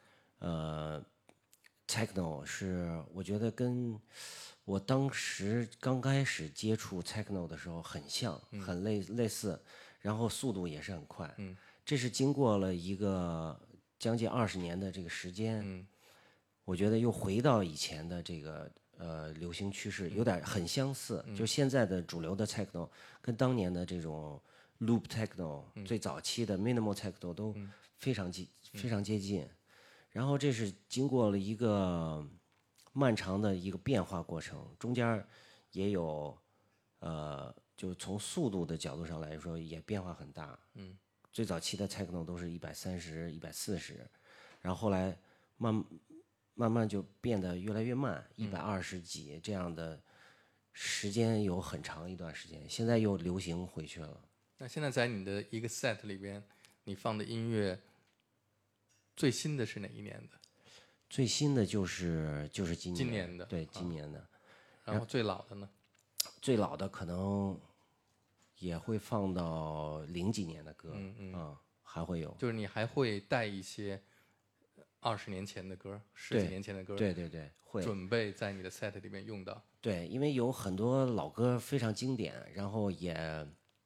techno 是我觉得跟我当时刚开始接触 techno 的时候很像，很类似，然后速度也是很快。这是经过了一个将近20年的这个时间。 我觉得又回到以前的这个流行趋势，有点很相似。就现在的主流的 techno 跟当年的这种 loop techno、最早期的 minimal techno 都非常接近。然后这是经过了一个漫长的一个变化过程，中间也有就从速度的角度上来说也变化很大。最早期的 techno 都是130、140，然后后来慢慢就变得越来越慢，120几这样的时间有很长一段时间，现在又流行回去了。 那现在在你的一个 set 里边，你放的音乐最新的是哪一年的？ 最新的就是今年的， 对，今年的。 然后最老的呢？ 最老的可能也会放到00几年的歌，还会有。 就是你还会带一些20年前的歌，10几年前的歌， 对，会准备在你的 set 里面用到。 对，因为有很多老歌非常经典，然后也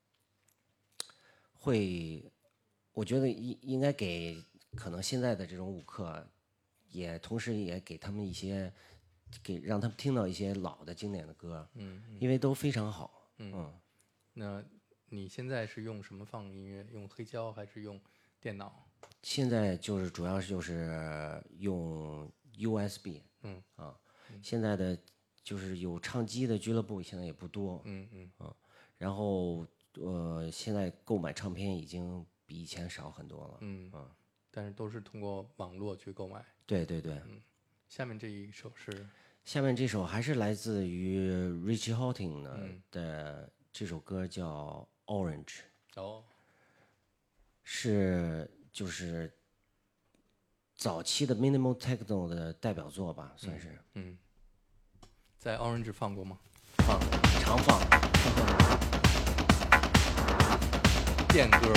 会，我觉得应该给可能现在的这种舞客，也同时也给他们一些，让他们听到一些老的经典的歌，因为都非常好。 那你现在是用什么放音乐？用黑胶还是用电脑？ 现在主要就是用 USB，现在的就是有唱机的俱乐部现在也不多，然后现在购买唱片已经比以前少很多了， 但是都是通过网络去购买。 对， 下面这一首是？ 下面这首还是来自于 Richie Hawtin 的这首歌叫 Orange， 是就是早期的 minimal techno 的代表作吧，算是。 在 Orange 放过吗？ 常放。 电歌。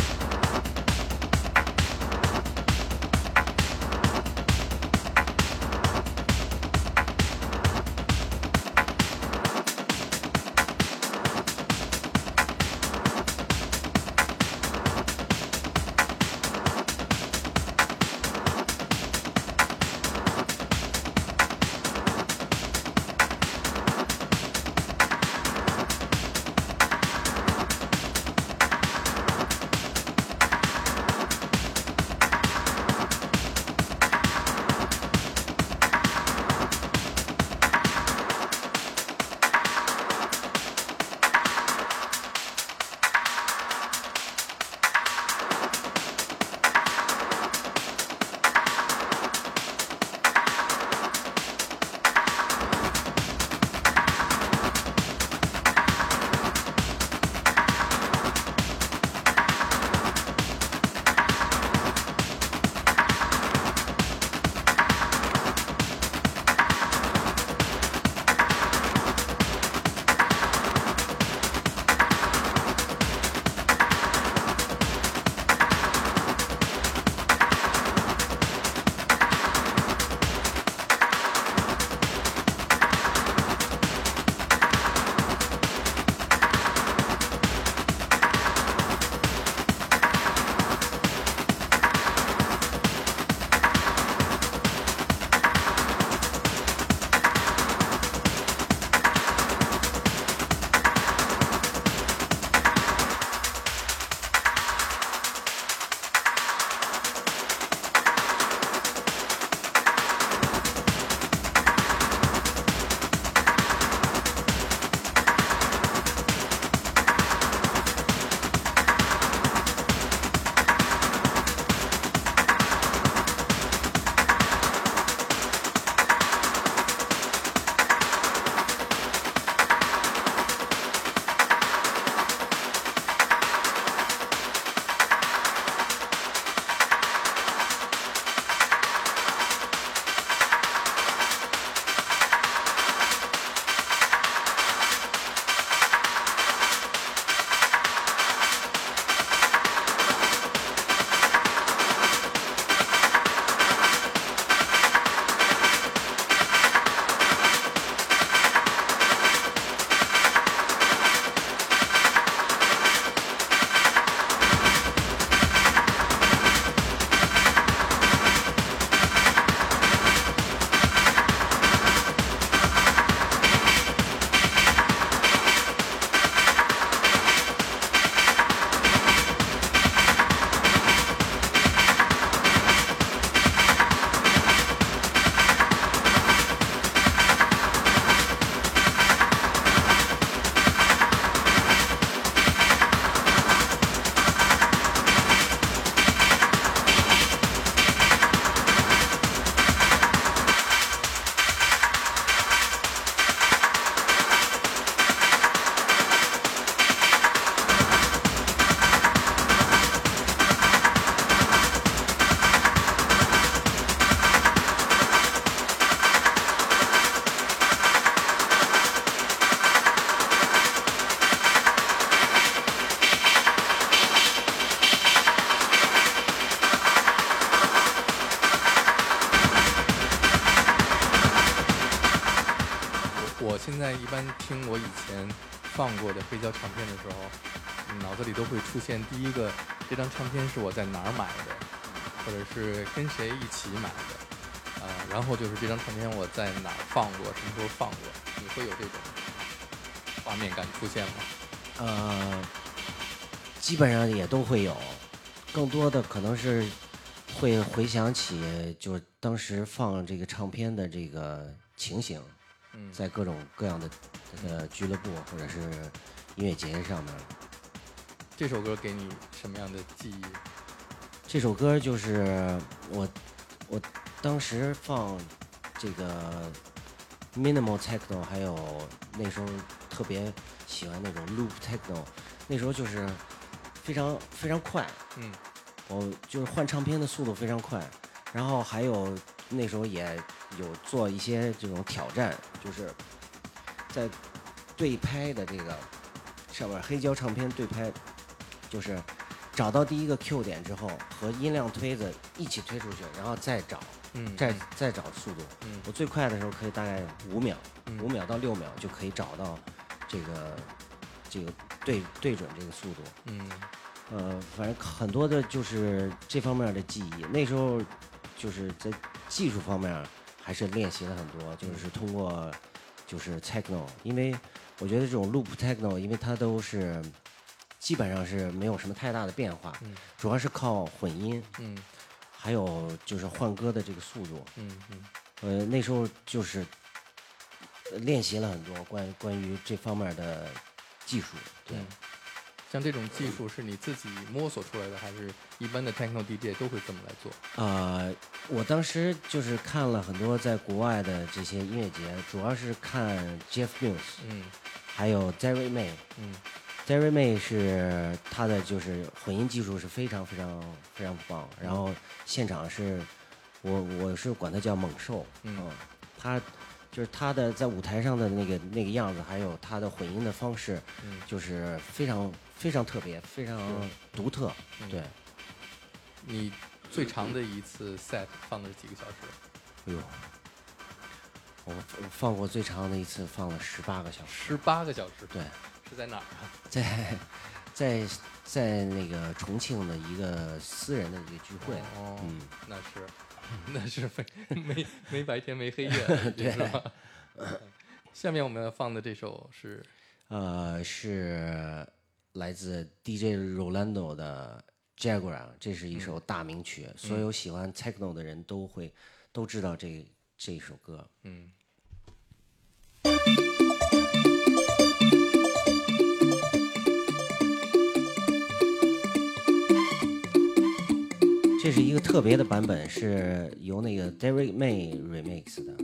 现在一般听我以前放过的黑胶唱片的时候，脑子里都会出现第一个，这张唱片是我在哪儿买的，或者是跟谁一起买的，然后就是这张唱片我在哪儿放过，什么时候放过，你会有这种画面感出现吗？ 基本上也都会有，更多的可能是会回想起就是当时放这个唱片的这个情形，在各种各样的俱乐部或者是音乐节上面。 这首歌给你什么样的记忆？ 这首歌就是我当时放这个 minimal techno， 还有那时候特别喜欢那种 loop techno， 那时候就是非常非常快，我就是换唱片的速度非常快，然后还有那时候也有做一些这种挑战，就是在对拍的这个上面黑胶唱片对拍，就是找到第一个 Q 点之后，和音量推子一起推出去，然后再找，再找速度。我最快的时候可以大概5秒，5秒到6秒就可以找到这个对准这个速度。反正很多的就是这方面的记忆。那时候就是在技术方面还是练习了很多，就是通过就是 techno， 因为我觉得这种 loop techno， 因为它都是基本上是没有什么太大的变化，主要是靠混音，还有就是换歌的这个速度，那时候就是练习了很多关于这方面的技术，对。 像这种技术是你自己摸索出来的，还是一般的 techno DJ 都会这么来做？ 我当时就是看了很多在国外的这些音乐节，主要是看 Jeff Mills，还有 Derrick May，Derrick May 是他的就是混音技术是非常非常非常棒，然后现场是我是管他叫猛兽，他就是他的在舞台上的那个样子，还有他的混音的方式，就是非常非常特别，非常独特。对， 你最长的一次 set 放的是几个小时？ 哎呦，我放过最长的一次放了18个小时。 18个小时？ 对。 是在哪儿啊？ 在那个重庆的一个私人的一个聚会。 那是没白天没黑夜， 对， 是吧？下面我们要放的这首是， 是来自 DJ Rolando 的 Jaguar， 这是一首大名曲，所有喜欢 techno 的人都知道这一首歌。这是一个特别的版本，是由那个 Derrick May remix 的。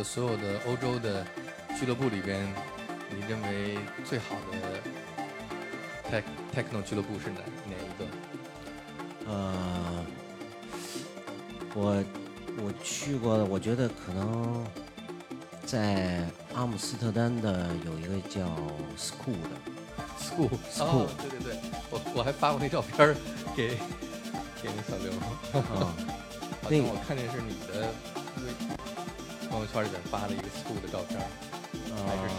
的所有的欧洲的俱乐部里边，你认为最好的 techno 俱乐部是哪一个？ 我去过的，我觉得可能在阿姆斯特丹的有一个叫 School 的 School， 对对对，我还发过那照片给那小刘，好像我看见是你的朋友圈里边发了一个 School 的照片，还是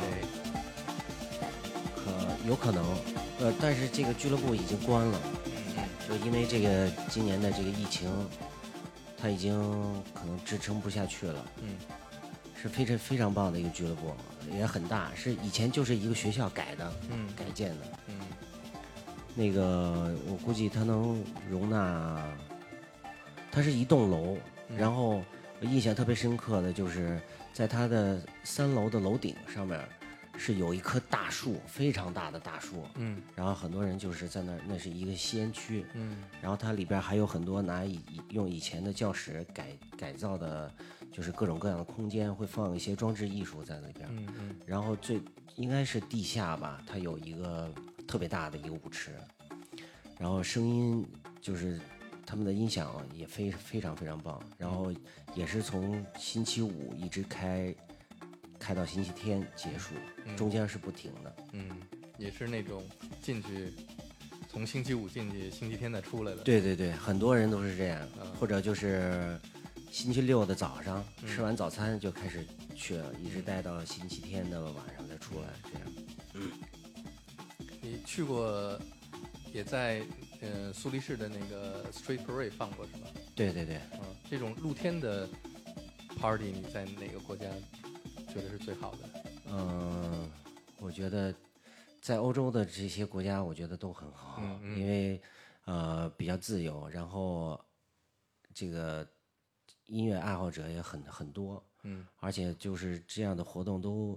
谁？ 有可能，但是这个俱乐部已经关了，就因为这个今年的这个疫情，它已经可能支撑不下去了。是非常棒的一个俱乐部，也很大，是以前就是一个学校改的，改建的。那个我估计它能容纳，它是一栋楼，然后我印象特别深刻的就是在它的3楼的楼顶上面是有一棵大树，非常大的大树，然后很多人就是在那是一个吸烟区，然后它里边还有很多用以前的教室改造的，就是各种各样的空间，会放一些装置艺术在那边，然后应该是地下吧，它有一个特别大的一个舞池，然后声音就是他们的音响也非常非常棒，然后也是从星期五一直开到星期天结束，中间是不停的。 也是那种进去，从星期五进去，星期天再出来的。 对对对，很多人都是这样，或者就是星期六的早上吃完早餐就开始去了，一直待到星期天的晚上再出来，这样。 你去过，也在苏黎世的那个 Street Parade 放过是吧？ 对对对。 这种露天的 party 你在哪个国家觉得是最好的？ 我觉得在欧洲的这些国家，我觉得都很好，因为比较自由，然后这个音乐爱好者也很多，而且就是这样的活动都，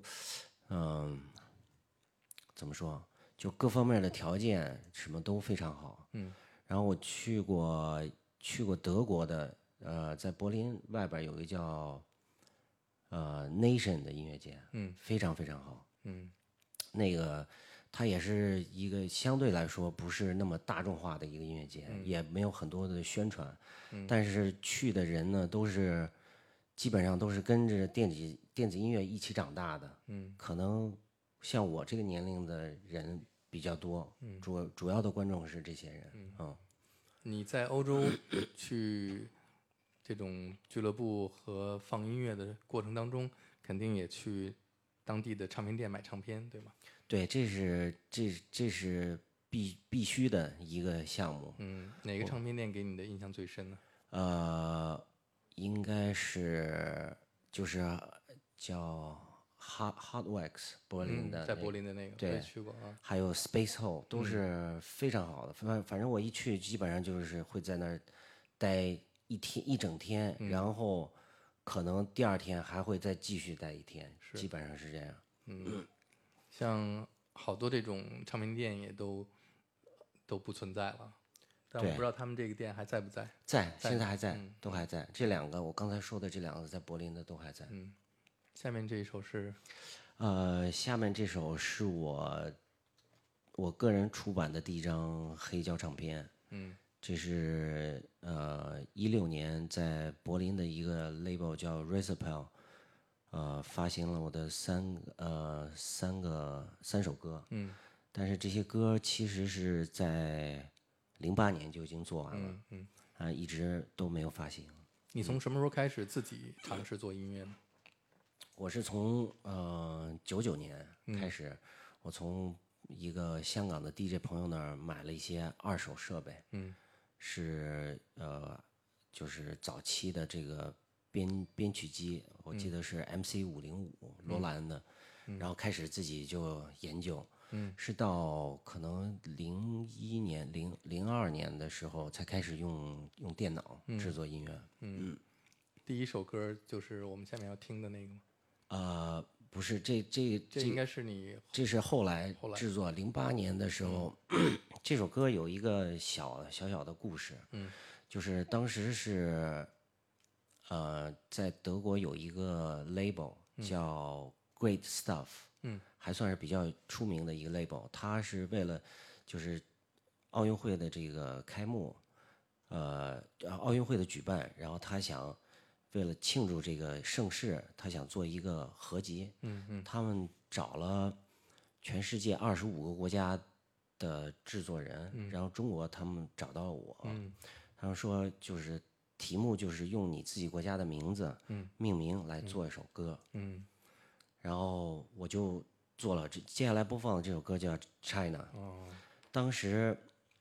怎么说，就各方面的条件什么都非常好，然后我去过德国的，在柏林外边有一个叫Nation 的音乐节，非常非常好，那个它也是一个相对来说不是那么大众化的一个音乐节，也没有很多的宣传，但是去的人呢基本上都是跟着电子音乐一起长大的，可能像我这个年龄的人比较多，主要的观众是这些人， 你在欧洲去这种俱乐部和放音乐的过程当中，肯定也去当地的唱片店买唱片，对吗？ 对，这是必须的一个项目。 哪个唱片店给你的印象最深呢？ 应该是就是叫 Hot Wax 柏林的， 在柏林的那个， 对， 我也去过啊。 还有 Space Hole 都是非常好的，反正我一去基本上就是会在那儿待一整天，然后可能第2天还会再继续待1天，基本上是这样。 像好多这种唱片店也都不存在了，但我不知道他们这个店还在不在。 现在还在，都还在。这2个我刚才说的这2个在柏林的都还在。 下面这一首是， 下面这首是我个人出版的第一张黑胶唱片。这是16年在柏林的一个 label 叫 Recipel，发行了我的3首歌，但是这些歌其实是在08年就已经做完了，一直都没有发行。 你从什么时候开始自己尝试做音乐呢？ 我是从99年开始，我从一个香港的 DJ 朋友那儿买了一些2手设备，是就是早期的这个编曲机，我记得是 MC505罗兰的，然后开始自己就研究，是到可能01年、02年的时候才开始用电脑制作音乐。 第一首歌就是我们下面要听的那个吗？ 不是，这应该是你， 这是后来制作。08年的时候，这首歌有一个小小的故事，就是当时是在德国有一个 label 叫 Great Stuff，还算是比较出名的一个 label。它是为了就是奥运会的这个开幕，奥运会的举办，然后他想为了庆祝这个盛事，他想做一个合集。他们找了全世界25个国家的制作人，然后中国他们找到了我，他们说就是题目就是用你自己国家的名字命名来做一首歌，然后我就做了接下来播放的这首歌叫 China。当时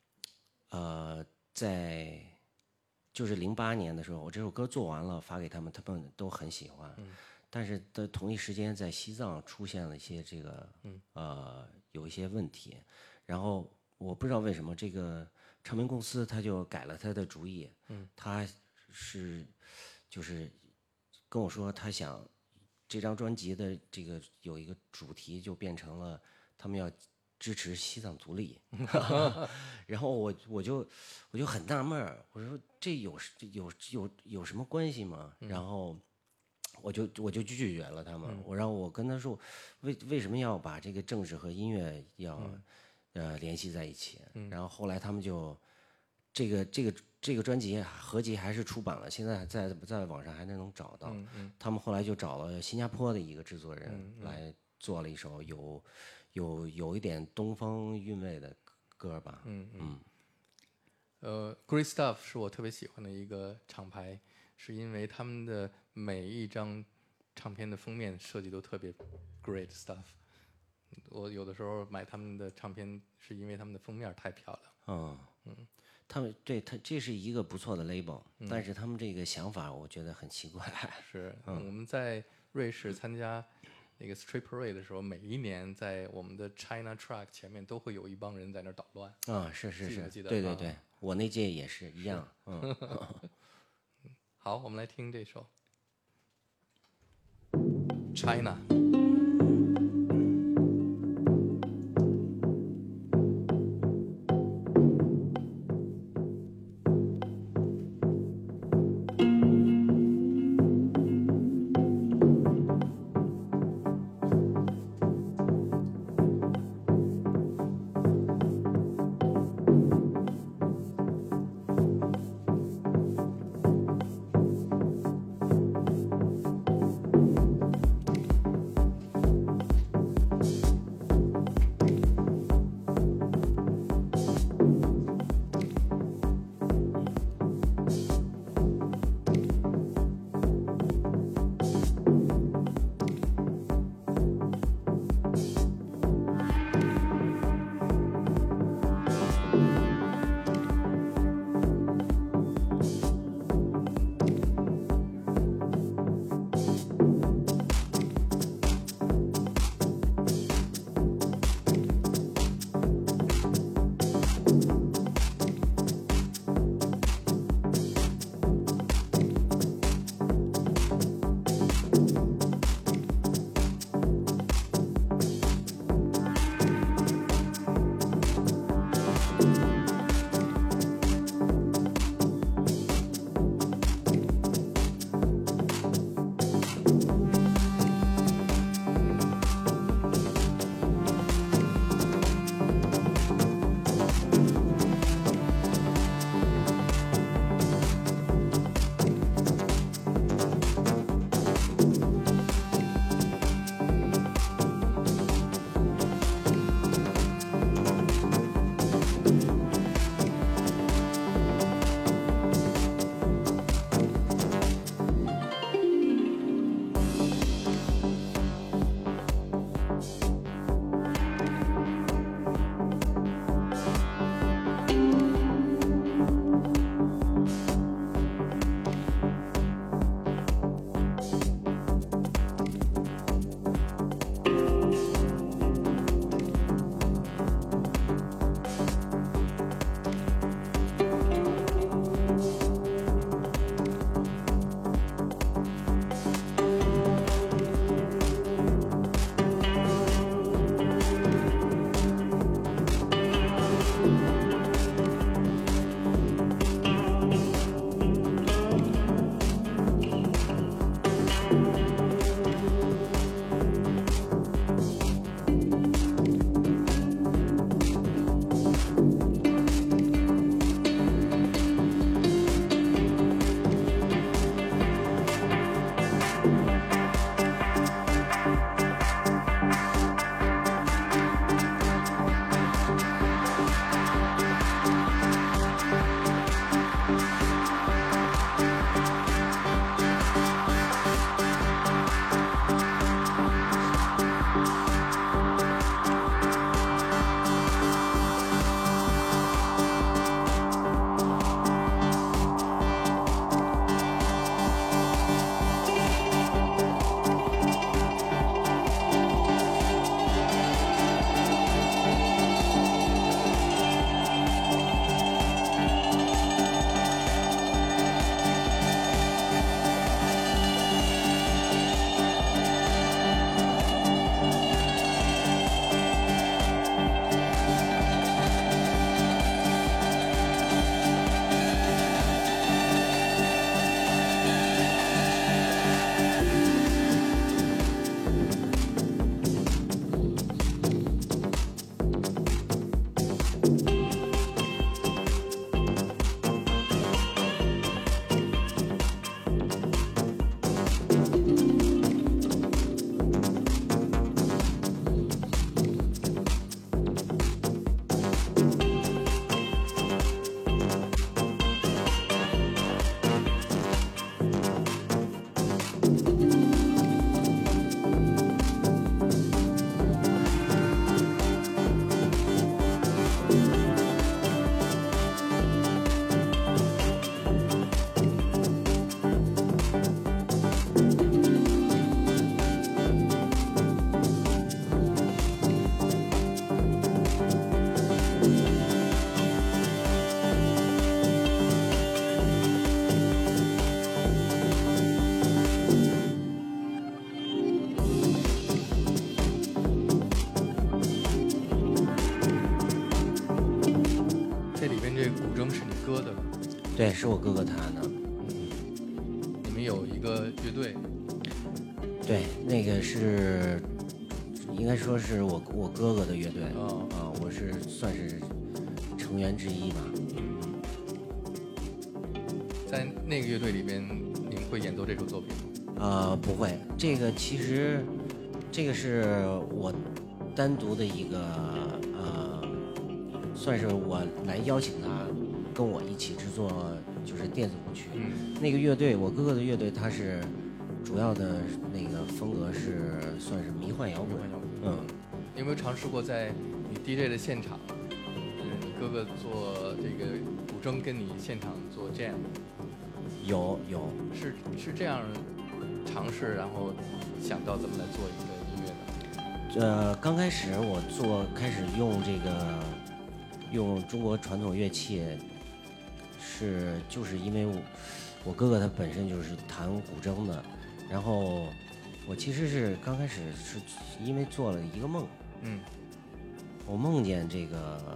在就是08年的时候，我这首歌做完了发给他们，他们都很喜欢。但是在同一时间，在西藏出现了一些这个有一些问题，然后我不知道为什么这个唱片公司他就改了他的主意，他是就是跟我说他想这张专辑的这个有一个主题就变成了他们要支持西藏独立，然后我就很纳闷儿，我说这有什么关系吗？然后我就拒绝了他们，我跟他说为什么要把这个政治和音乐要联系在一起？然后后来他们就这个专辑合集还是出版了，现在在网上还能找到。他们后来就找了新加坡的一个制作人来做了一首有一点东方韵味的歌吧。 Great Stuff 是我特别喜欢的一个厂牌，是因为他们的每一张唱片的封面设计都特别 Great Stuff。我有的时候买他们的唱片是因为他们的封面太漂亮。 他们这是一个不错的 label，但是他们这个想法我觉得很奇怪。 是，我们在瑞士参加那个 Street Parade 的时候，每一年在我们的 China Track 前面都会有一帮人在那儿捣乱。 是， 记得对，我那届也是一样。 好，我们来听这首 China。 这里边这古筝是你哥的？ 对，是我哥哥弹的。 你们有一个乐队？ 对，那个是应该说是我哥哥的乐队。我是算是成员之一吧。 在那个乐队里边，你们会演奏这首作品吗？ 不会，这个其实这个是我单独的一个算是我来邀请他跟我一起制作就是电子舞曲。那个乐队，我哥哥的乐队，他是主要的那个风格是算是迷幻摇滚。 你有没有尝试过在你 DJ 的现场，你哥哥做这个古筝跟你现场做 jam？ 有， 是这样尝试，然后想到怎么来做一个音乐的？ 刚开始我开始用中国传统乐器，就是因为我哥哥他本身就是弹古筝的，然后我其实是刚开始是因为做了一个梦。我梦见这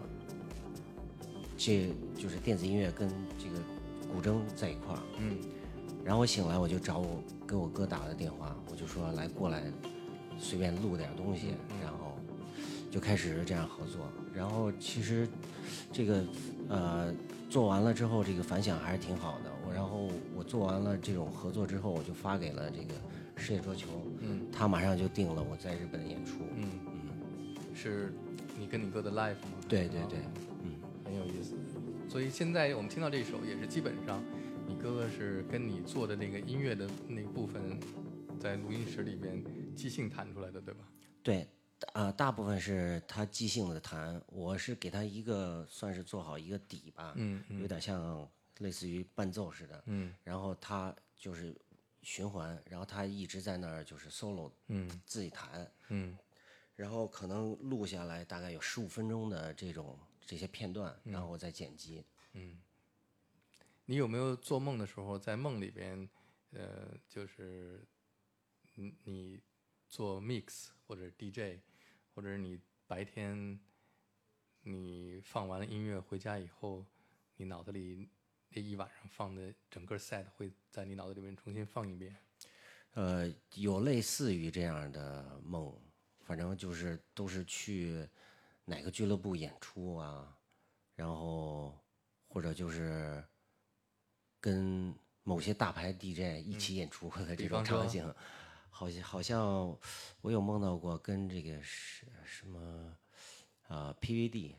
就是电子音乐跟这个古筝在一块儿。然后我醒来我就给我哥打了电话，我就说过来随便录点东西，然后就开始这样合作。然后其实这个做完了之后，这个反响还是挺好的。然后我做完了这种合作之后，我就发给了这个世界桌球。他马上就定了我在日本的演出。 是你跟你哥的 live 吗？ 对， 很有意思。所以现在我们听到这首也是基本上你哥哥是跟你做的那个音乐的那个部分在录音室里面即兴弹出来的，对吧？ 对，大部分是他即兴的弹，我是给他一个算是做好一个底吧。有点像类似于伴奏似的。然后他就是循环，然后他一直在那儿就是 solo。自己弹。然后可能录下来大概有15分钟的这些片段，然后我再剪辑。 你有没有做梦的时候，在梦里边，就是你做 mix 或者 DJ， 或者你白天你放完了音乐回家以后，你脑子里那一晚上放的整个 set 会在你脑子里面重新放一遍？ 有类似于这样的梦。反正就是都是去哪个俱乐部演出啊，然后或者就是跟某些大牌 DJ 一起演出的这种场景。好像我有梦到过跟这个什么PVD。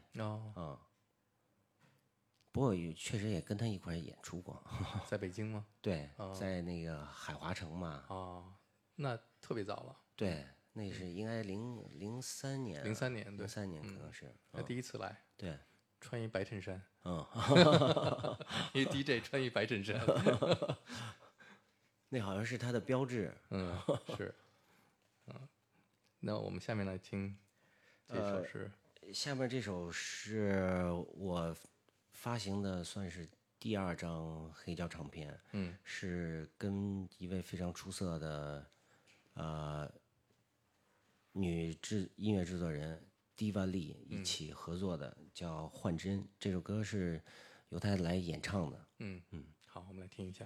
不过确实也跟他一块演出过。 在北京吗？ 对，在那个海华城嘛。 那特别早了。 对，那是应该03年。 03年，对 ，03年可能是。 他第一次来。 对， 穿一白衬衫。因为 DJ 穿一白衬衫。 那好像是他的标志。 是。那我们下面来听这首是。 下面这首是我发行的算是第2张黑胶唱片。是跟一位非常出色的女音乐制作人 Diva Lee 一起合作的，叫《幻真》。这首歌是由她来演唱的。 好，我们来听一下。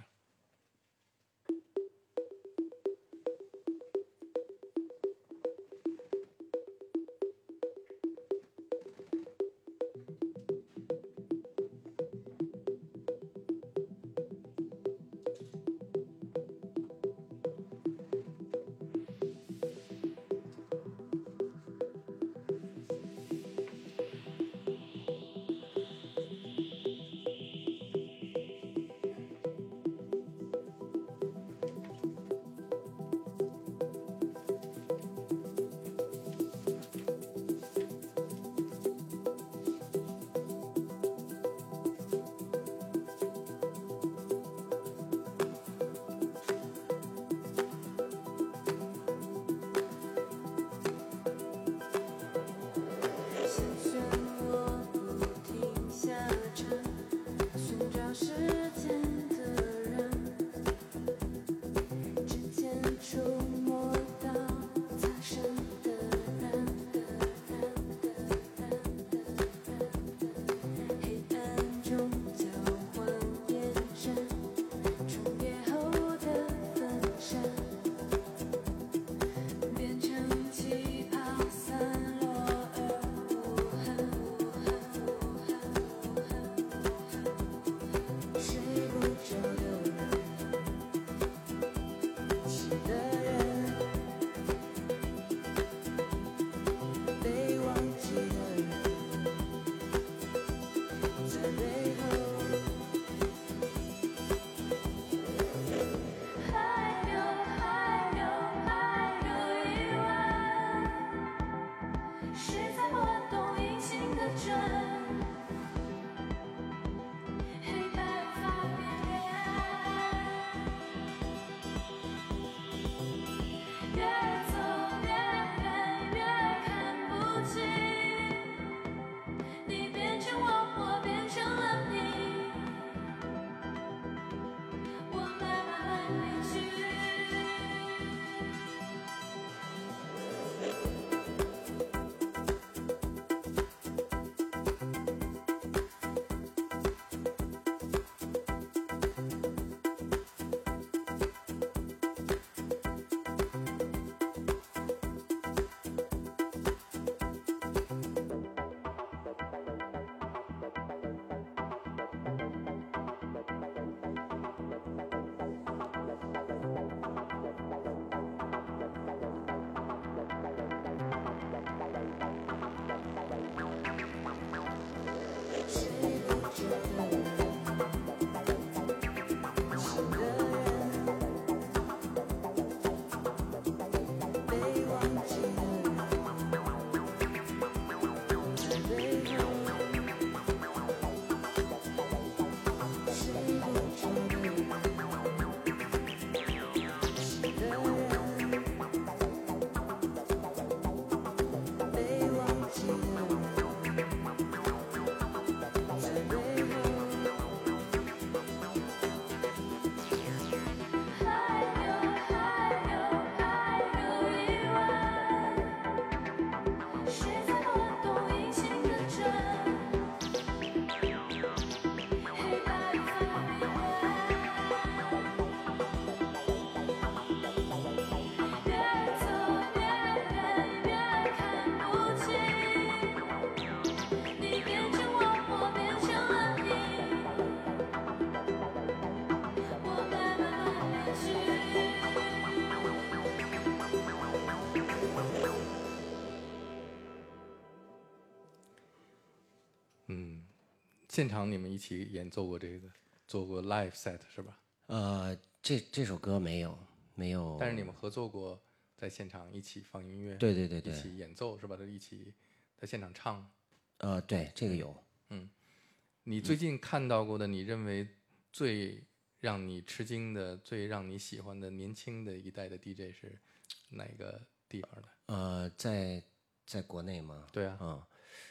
现场你们一起演奏过这个，做过 live set 是吧？ 这首歌没有， 但是你们合作过，在现场一起放音乐， 对， 一起演奏是吧？一起在现场唱。 对，这个有。 你最近看到过的，你认为最让你吃惊的、最让你喜欢的年轻的一代的 DJ 是哪个地方的？ 在国内吗？ 对啊。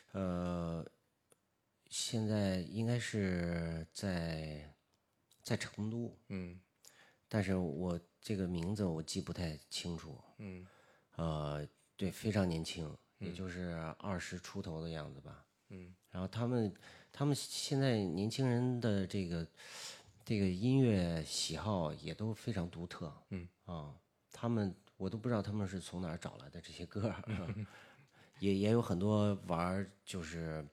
现在应该是在成都。但是我这个名字我记不太清楚。对，非常年轻，也就是20出头的样子吧。然后他们现在年轻人的这个音乐喜好也都非常独特。我都不知道他们是从哪儿找来的这些歌。也有很多玩就是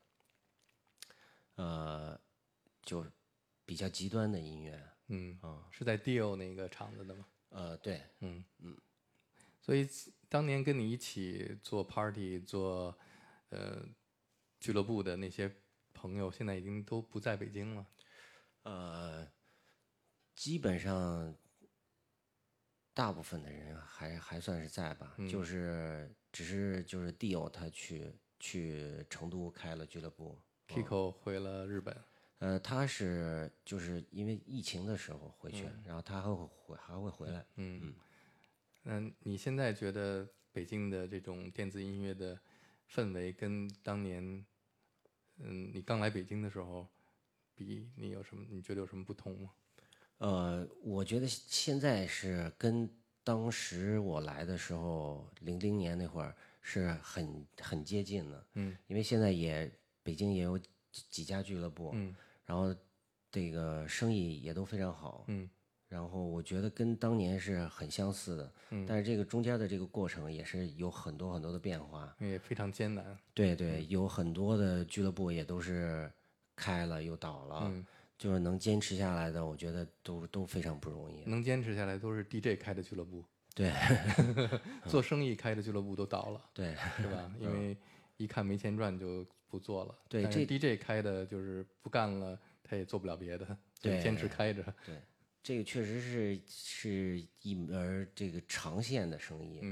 就比较极端的音乐。 是在 Dio 那个场子的吗？ 对。 所以当年跟你一起做 party 做俱乐部的那些朋友，现在已经都不在北京了。 基本上大部分的人还算是在吧。只是就是 Dio 他去成都开了俱乐部。 Kiko 回了日本。 他是就是因为疫情的时候回去，然后他还会回来。 那你现在觉得北京的这种电子音乐的氛围跟当年你刚来北京的时候比，你觉得有什么不同吗？ 我觉得现在是跟当时我来的时候00年那会儿是很接近的。因为现在北京也有几家俱乐部。然后这个生意也都非常好。然后我觉得跟当年是很相似的。但是这个中间的这个过程也是有很多很多的变化， 也非常艰难。 对，有很多的俱乐部也都是开了又倒了。就是能坚持下来的，我觉得都非常不容易。 能坚持下来都是 DJ 开的俱乐部。 对。 做生意开的俱乐部都倒了。 对， 是吧？因为一看没钱赚就不做了。 对， 但是 DJ 开的就是不干了，他也做不了别的， 对， 坚持开着。 对，这个确实是一门这个长线的生意。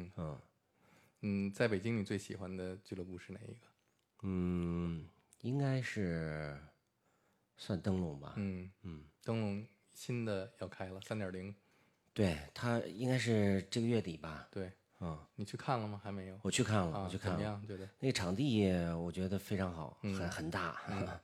在北京你最喜欢的俱乐部是哪一个？ 应该是算灯笼吧。 灯笼新的要开了3.0。 对，它应该是这个月底吧。 对。你去看了吗？还没有。 我去看了。 怎么样？觉得那个场地我觉得非常好。很大。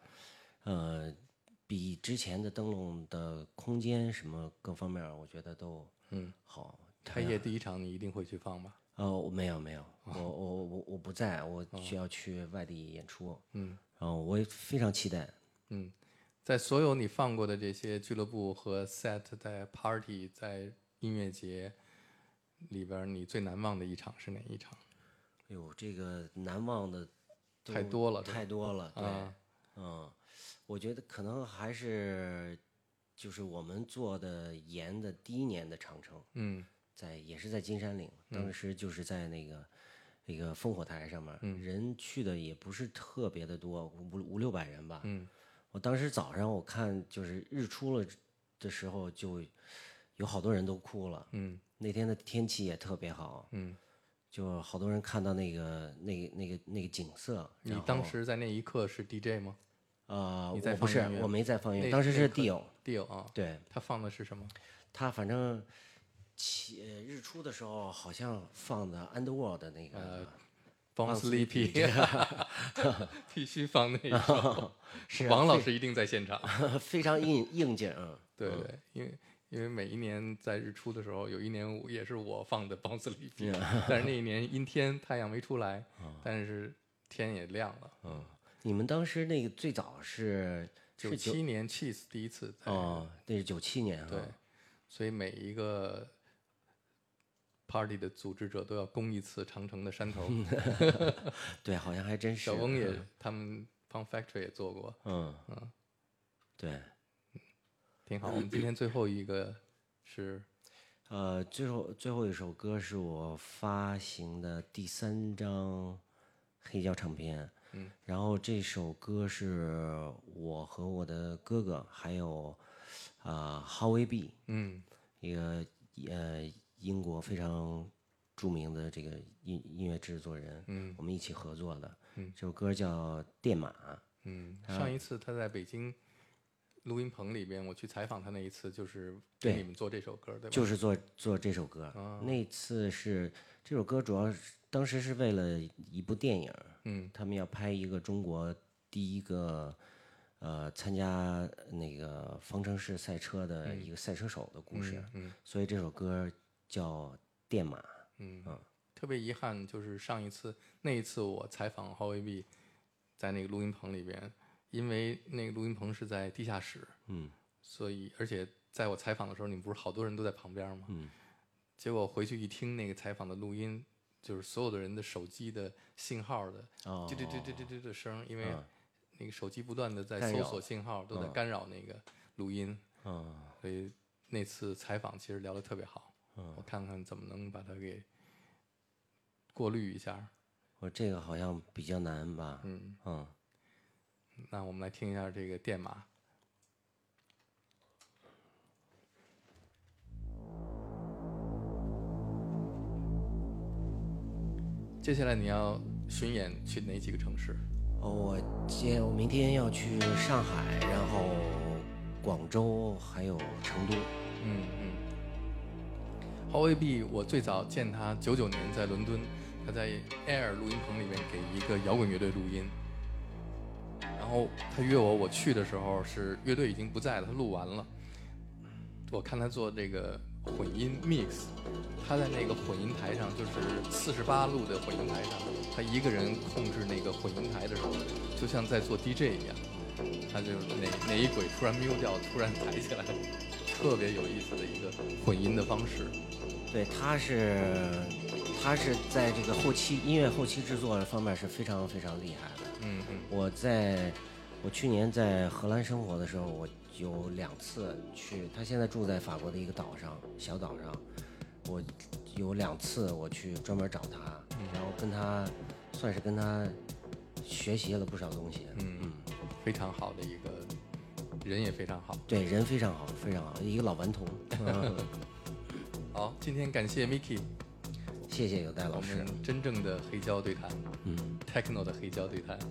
比之前的灯笼的空间什么各方面我觉得都好。 开业第一场你一定会去放吧？ 没有，我不在，我需要去外地演出。我也非常期待。 在所有你放过的这些俱乐部和 set， 在 party， 在音乐节里边，你最难忘的一场是哪一场？ 这个难忘的太多了。 对。我觉得可能还是就是我们做的盐的第1年的长城。也是在金山岭。当时就是在那个烽火台上面。人去的也不是特别的多，500-600人吧。我当时早上我看就是日出了的时候，就有好多人都哭了。那天的天气也特别好。就好多人看到那个景色。 你当时在那一刻是 DJ 吗？ 我不是，我没在放音乐，当时是 Dio 啊。 对， 他放的是什么？ 他反正日出的时候好像放的 Underworld 的那个 Born Sleepy， 必须放那一首。王老师一定在现场。 非常应景。 对，因为每一年在日出的时候，有一年也是我放的 Born Sleepy， 但是那一年阴天，太阳没出来，但是天也亮了。 你们当时那个最早是 97年 Cheese 第一次在。 那是97年。 对，所以每一个 party 的组织者都要攻一次长城的山头。 对，好像还真是。 小翁他们 Punk Factory 也做过。 对， 挺好。我们今天最后一个是最后一首歌是我发行的第3张黑胶唱片。 然后这首歌是我和我的哥哥还有Howie B， 一个英国非常著名的这个音乐制作人，我们一起合作的，这首歌叫《电马》。 上一次他在北京录音棚里边，我去采访他那一次，就是给你们做这首歌，对吧？ 就是做这首歌。那次是这首歌主要是当时是为了一部电影，他们要拍一个中国第一个参加那个方程式赛车的一个赛车手的故事，所以这首歌叫《电马》。 特别遗憾，就是那一次我采访郝维碧，在那个录音棚里边。因为那个录音棚是在地下室，所以而且在我采访的时候，你们不是好多人都在旁边吗？结果回去一听那个采访的录音，就是所有的人的手机的信号的对的声，因为那个手机不断的在搜索信号，都在干扰那个录音，所以那次采访其实聊得特别好，我看看怎么能把它给过滤一下。 我这个好像比较难吧？ 那我们来听一下这个电马。接下来你要巡演去哪几个城市？ 我明天要去上海，然后广州还有成都。 郝维碧，我最早见他99年在伦敦，他在 Air 录音棚里面给一个摇滚乐队录音。然后他约我去的时候是乐队已经不在了，他录完了。我看他做这个混音 mix， 他在那个混音台上，就是48路的混音台上，他一个人控制那个混音台的时候，就像在做 DJ 一样。他就哪一轨突然 mute 掉，突然抬起来，特别有意思的一个混音的方式。 对，他是在这个音乐后期制作方面是非常非常厉害的。我去年在荷兰生活的时候，我有2次去，他现在住在法国的一个小岛上，我有2次我去专门找他，然后算是跟他学习了不少东西。 非常好的一个人，也非常好。 对，人非常好，非常好，一个老顽童。 好，今天感谢 Mickey， 谢谢有戴老师。 我们真正的黑胶对谈，Techno 的黑胶对谈。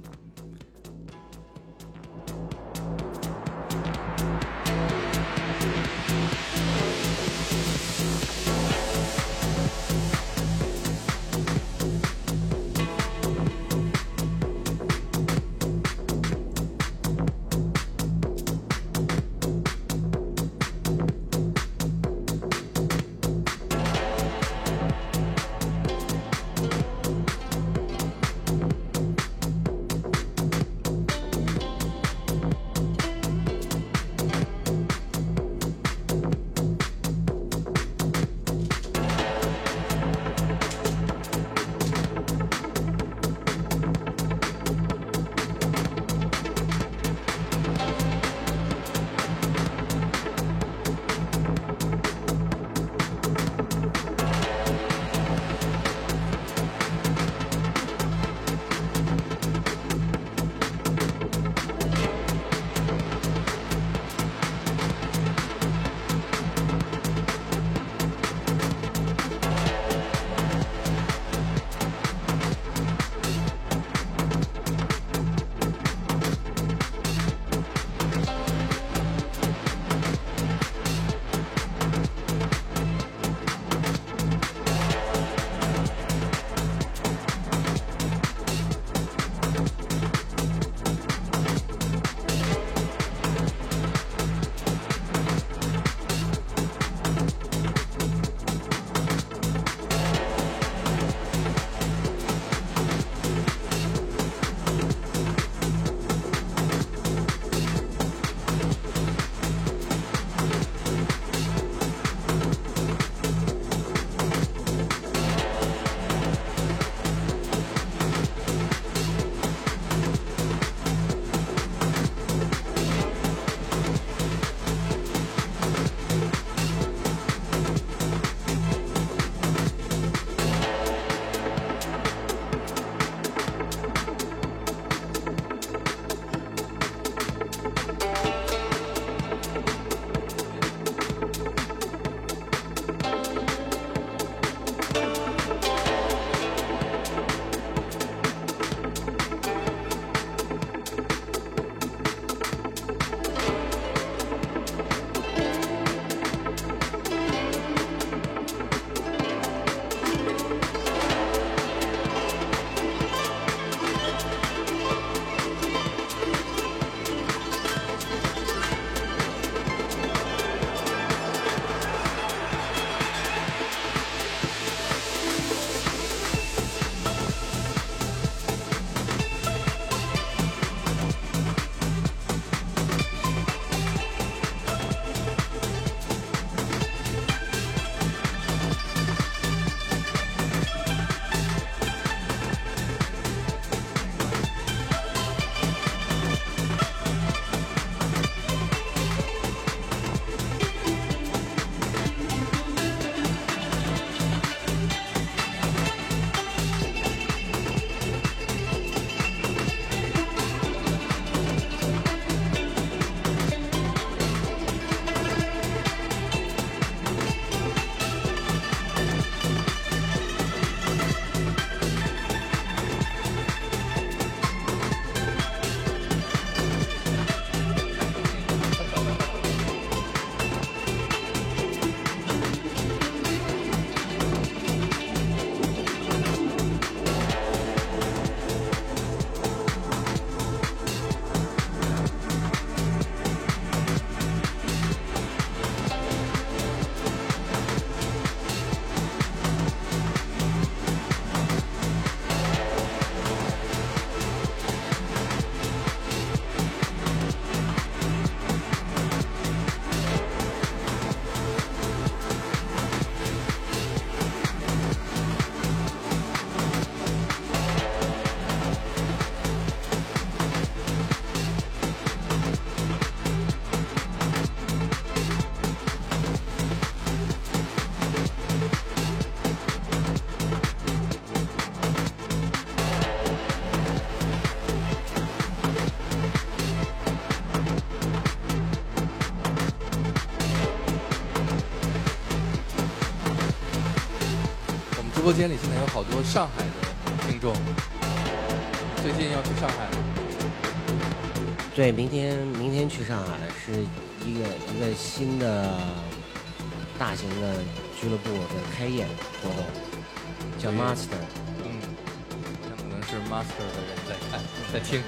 直播间里现在有好多上海的听众，最近要去上海吗？ 对，明天去上海，是一个新的大型的俱乐部的开业活动，叫 Master。 我想可能是 Master 的人在看，在听。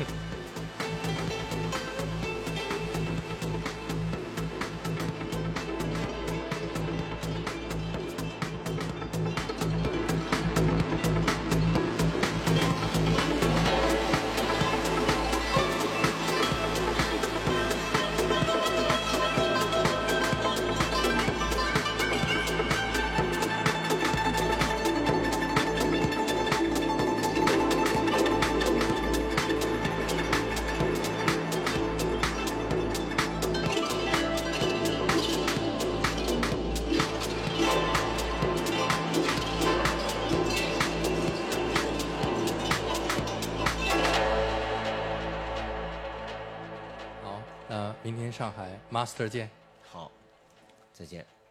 明天上海 Master 见。 好，再见。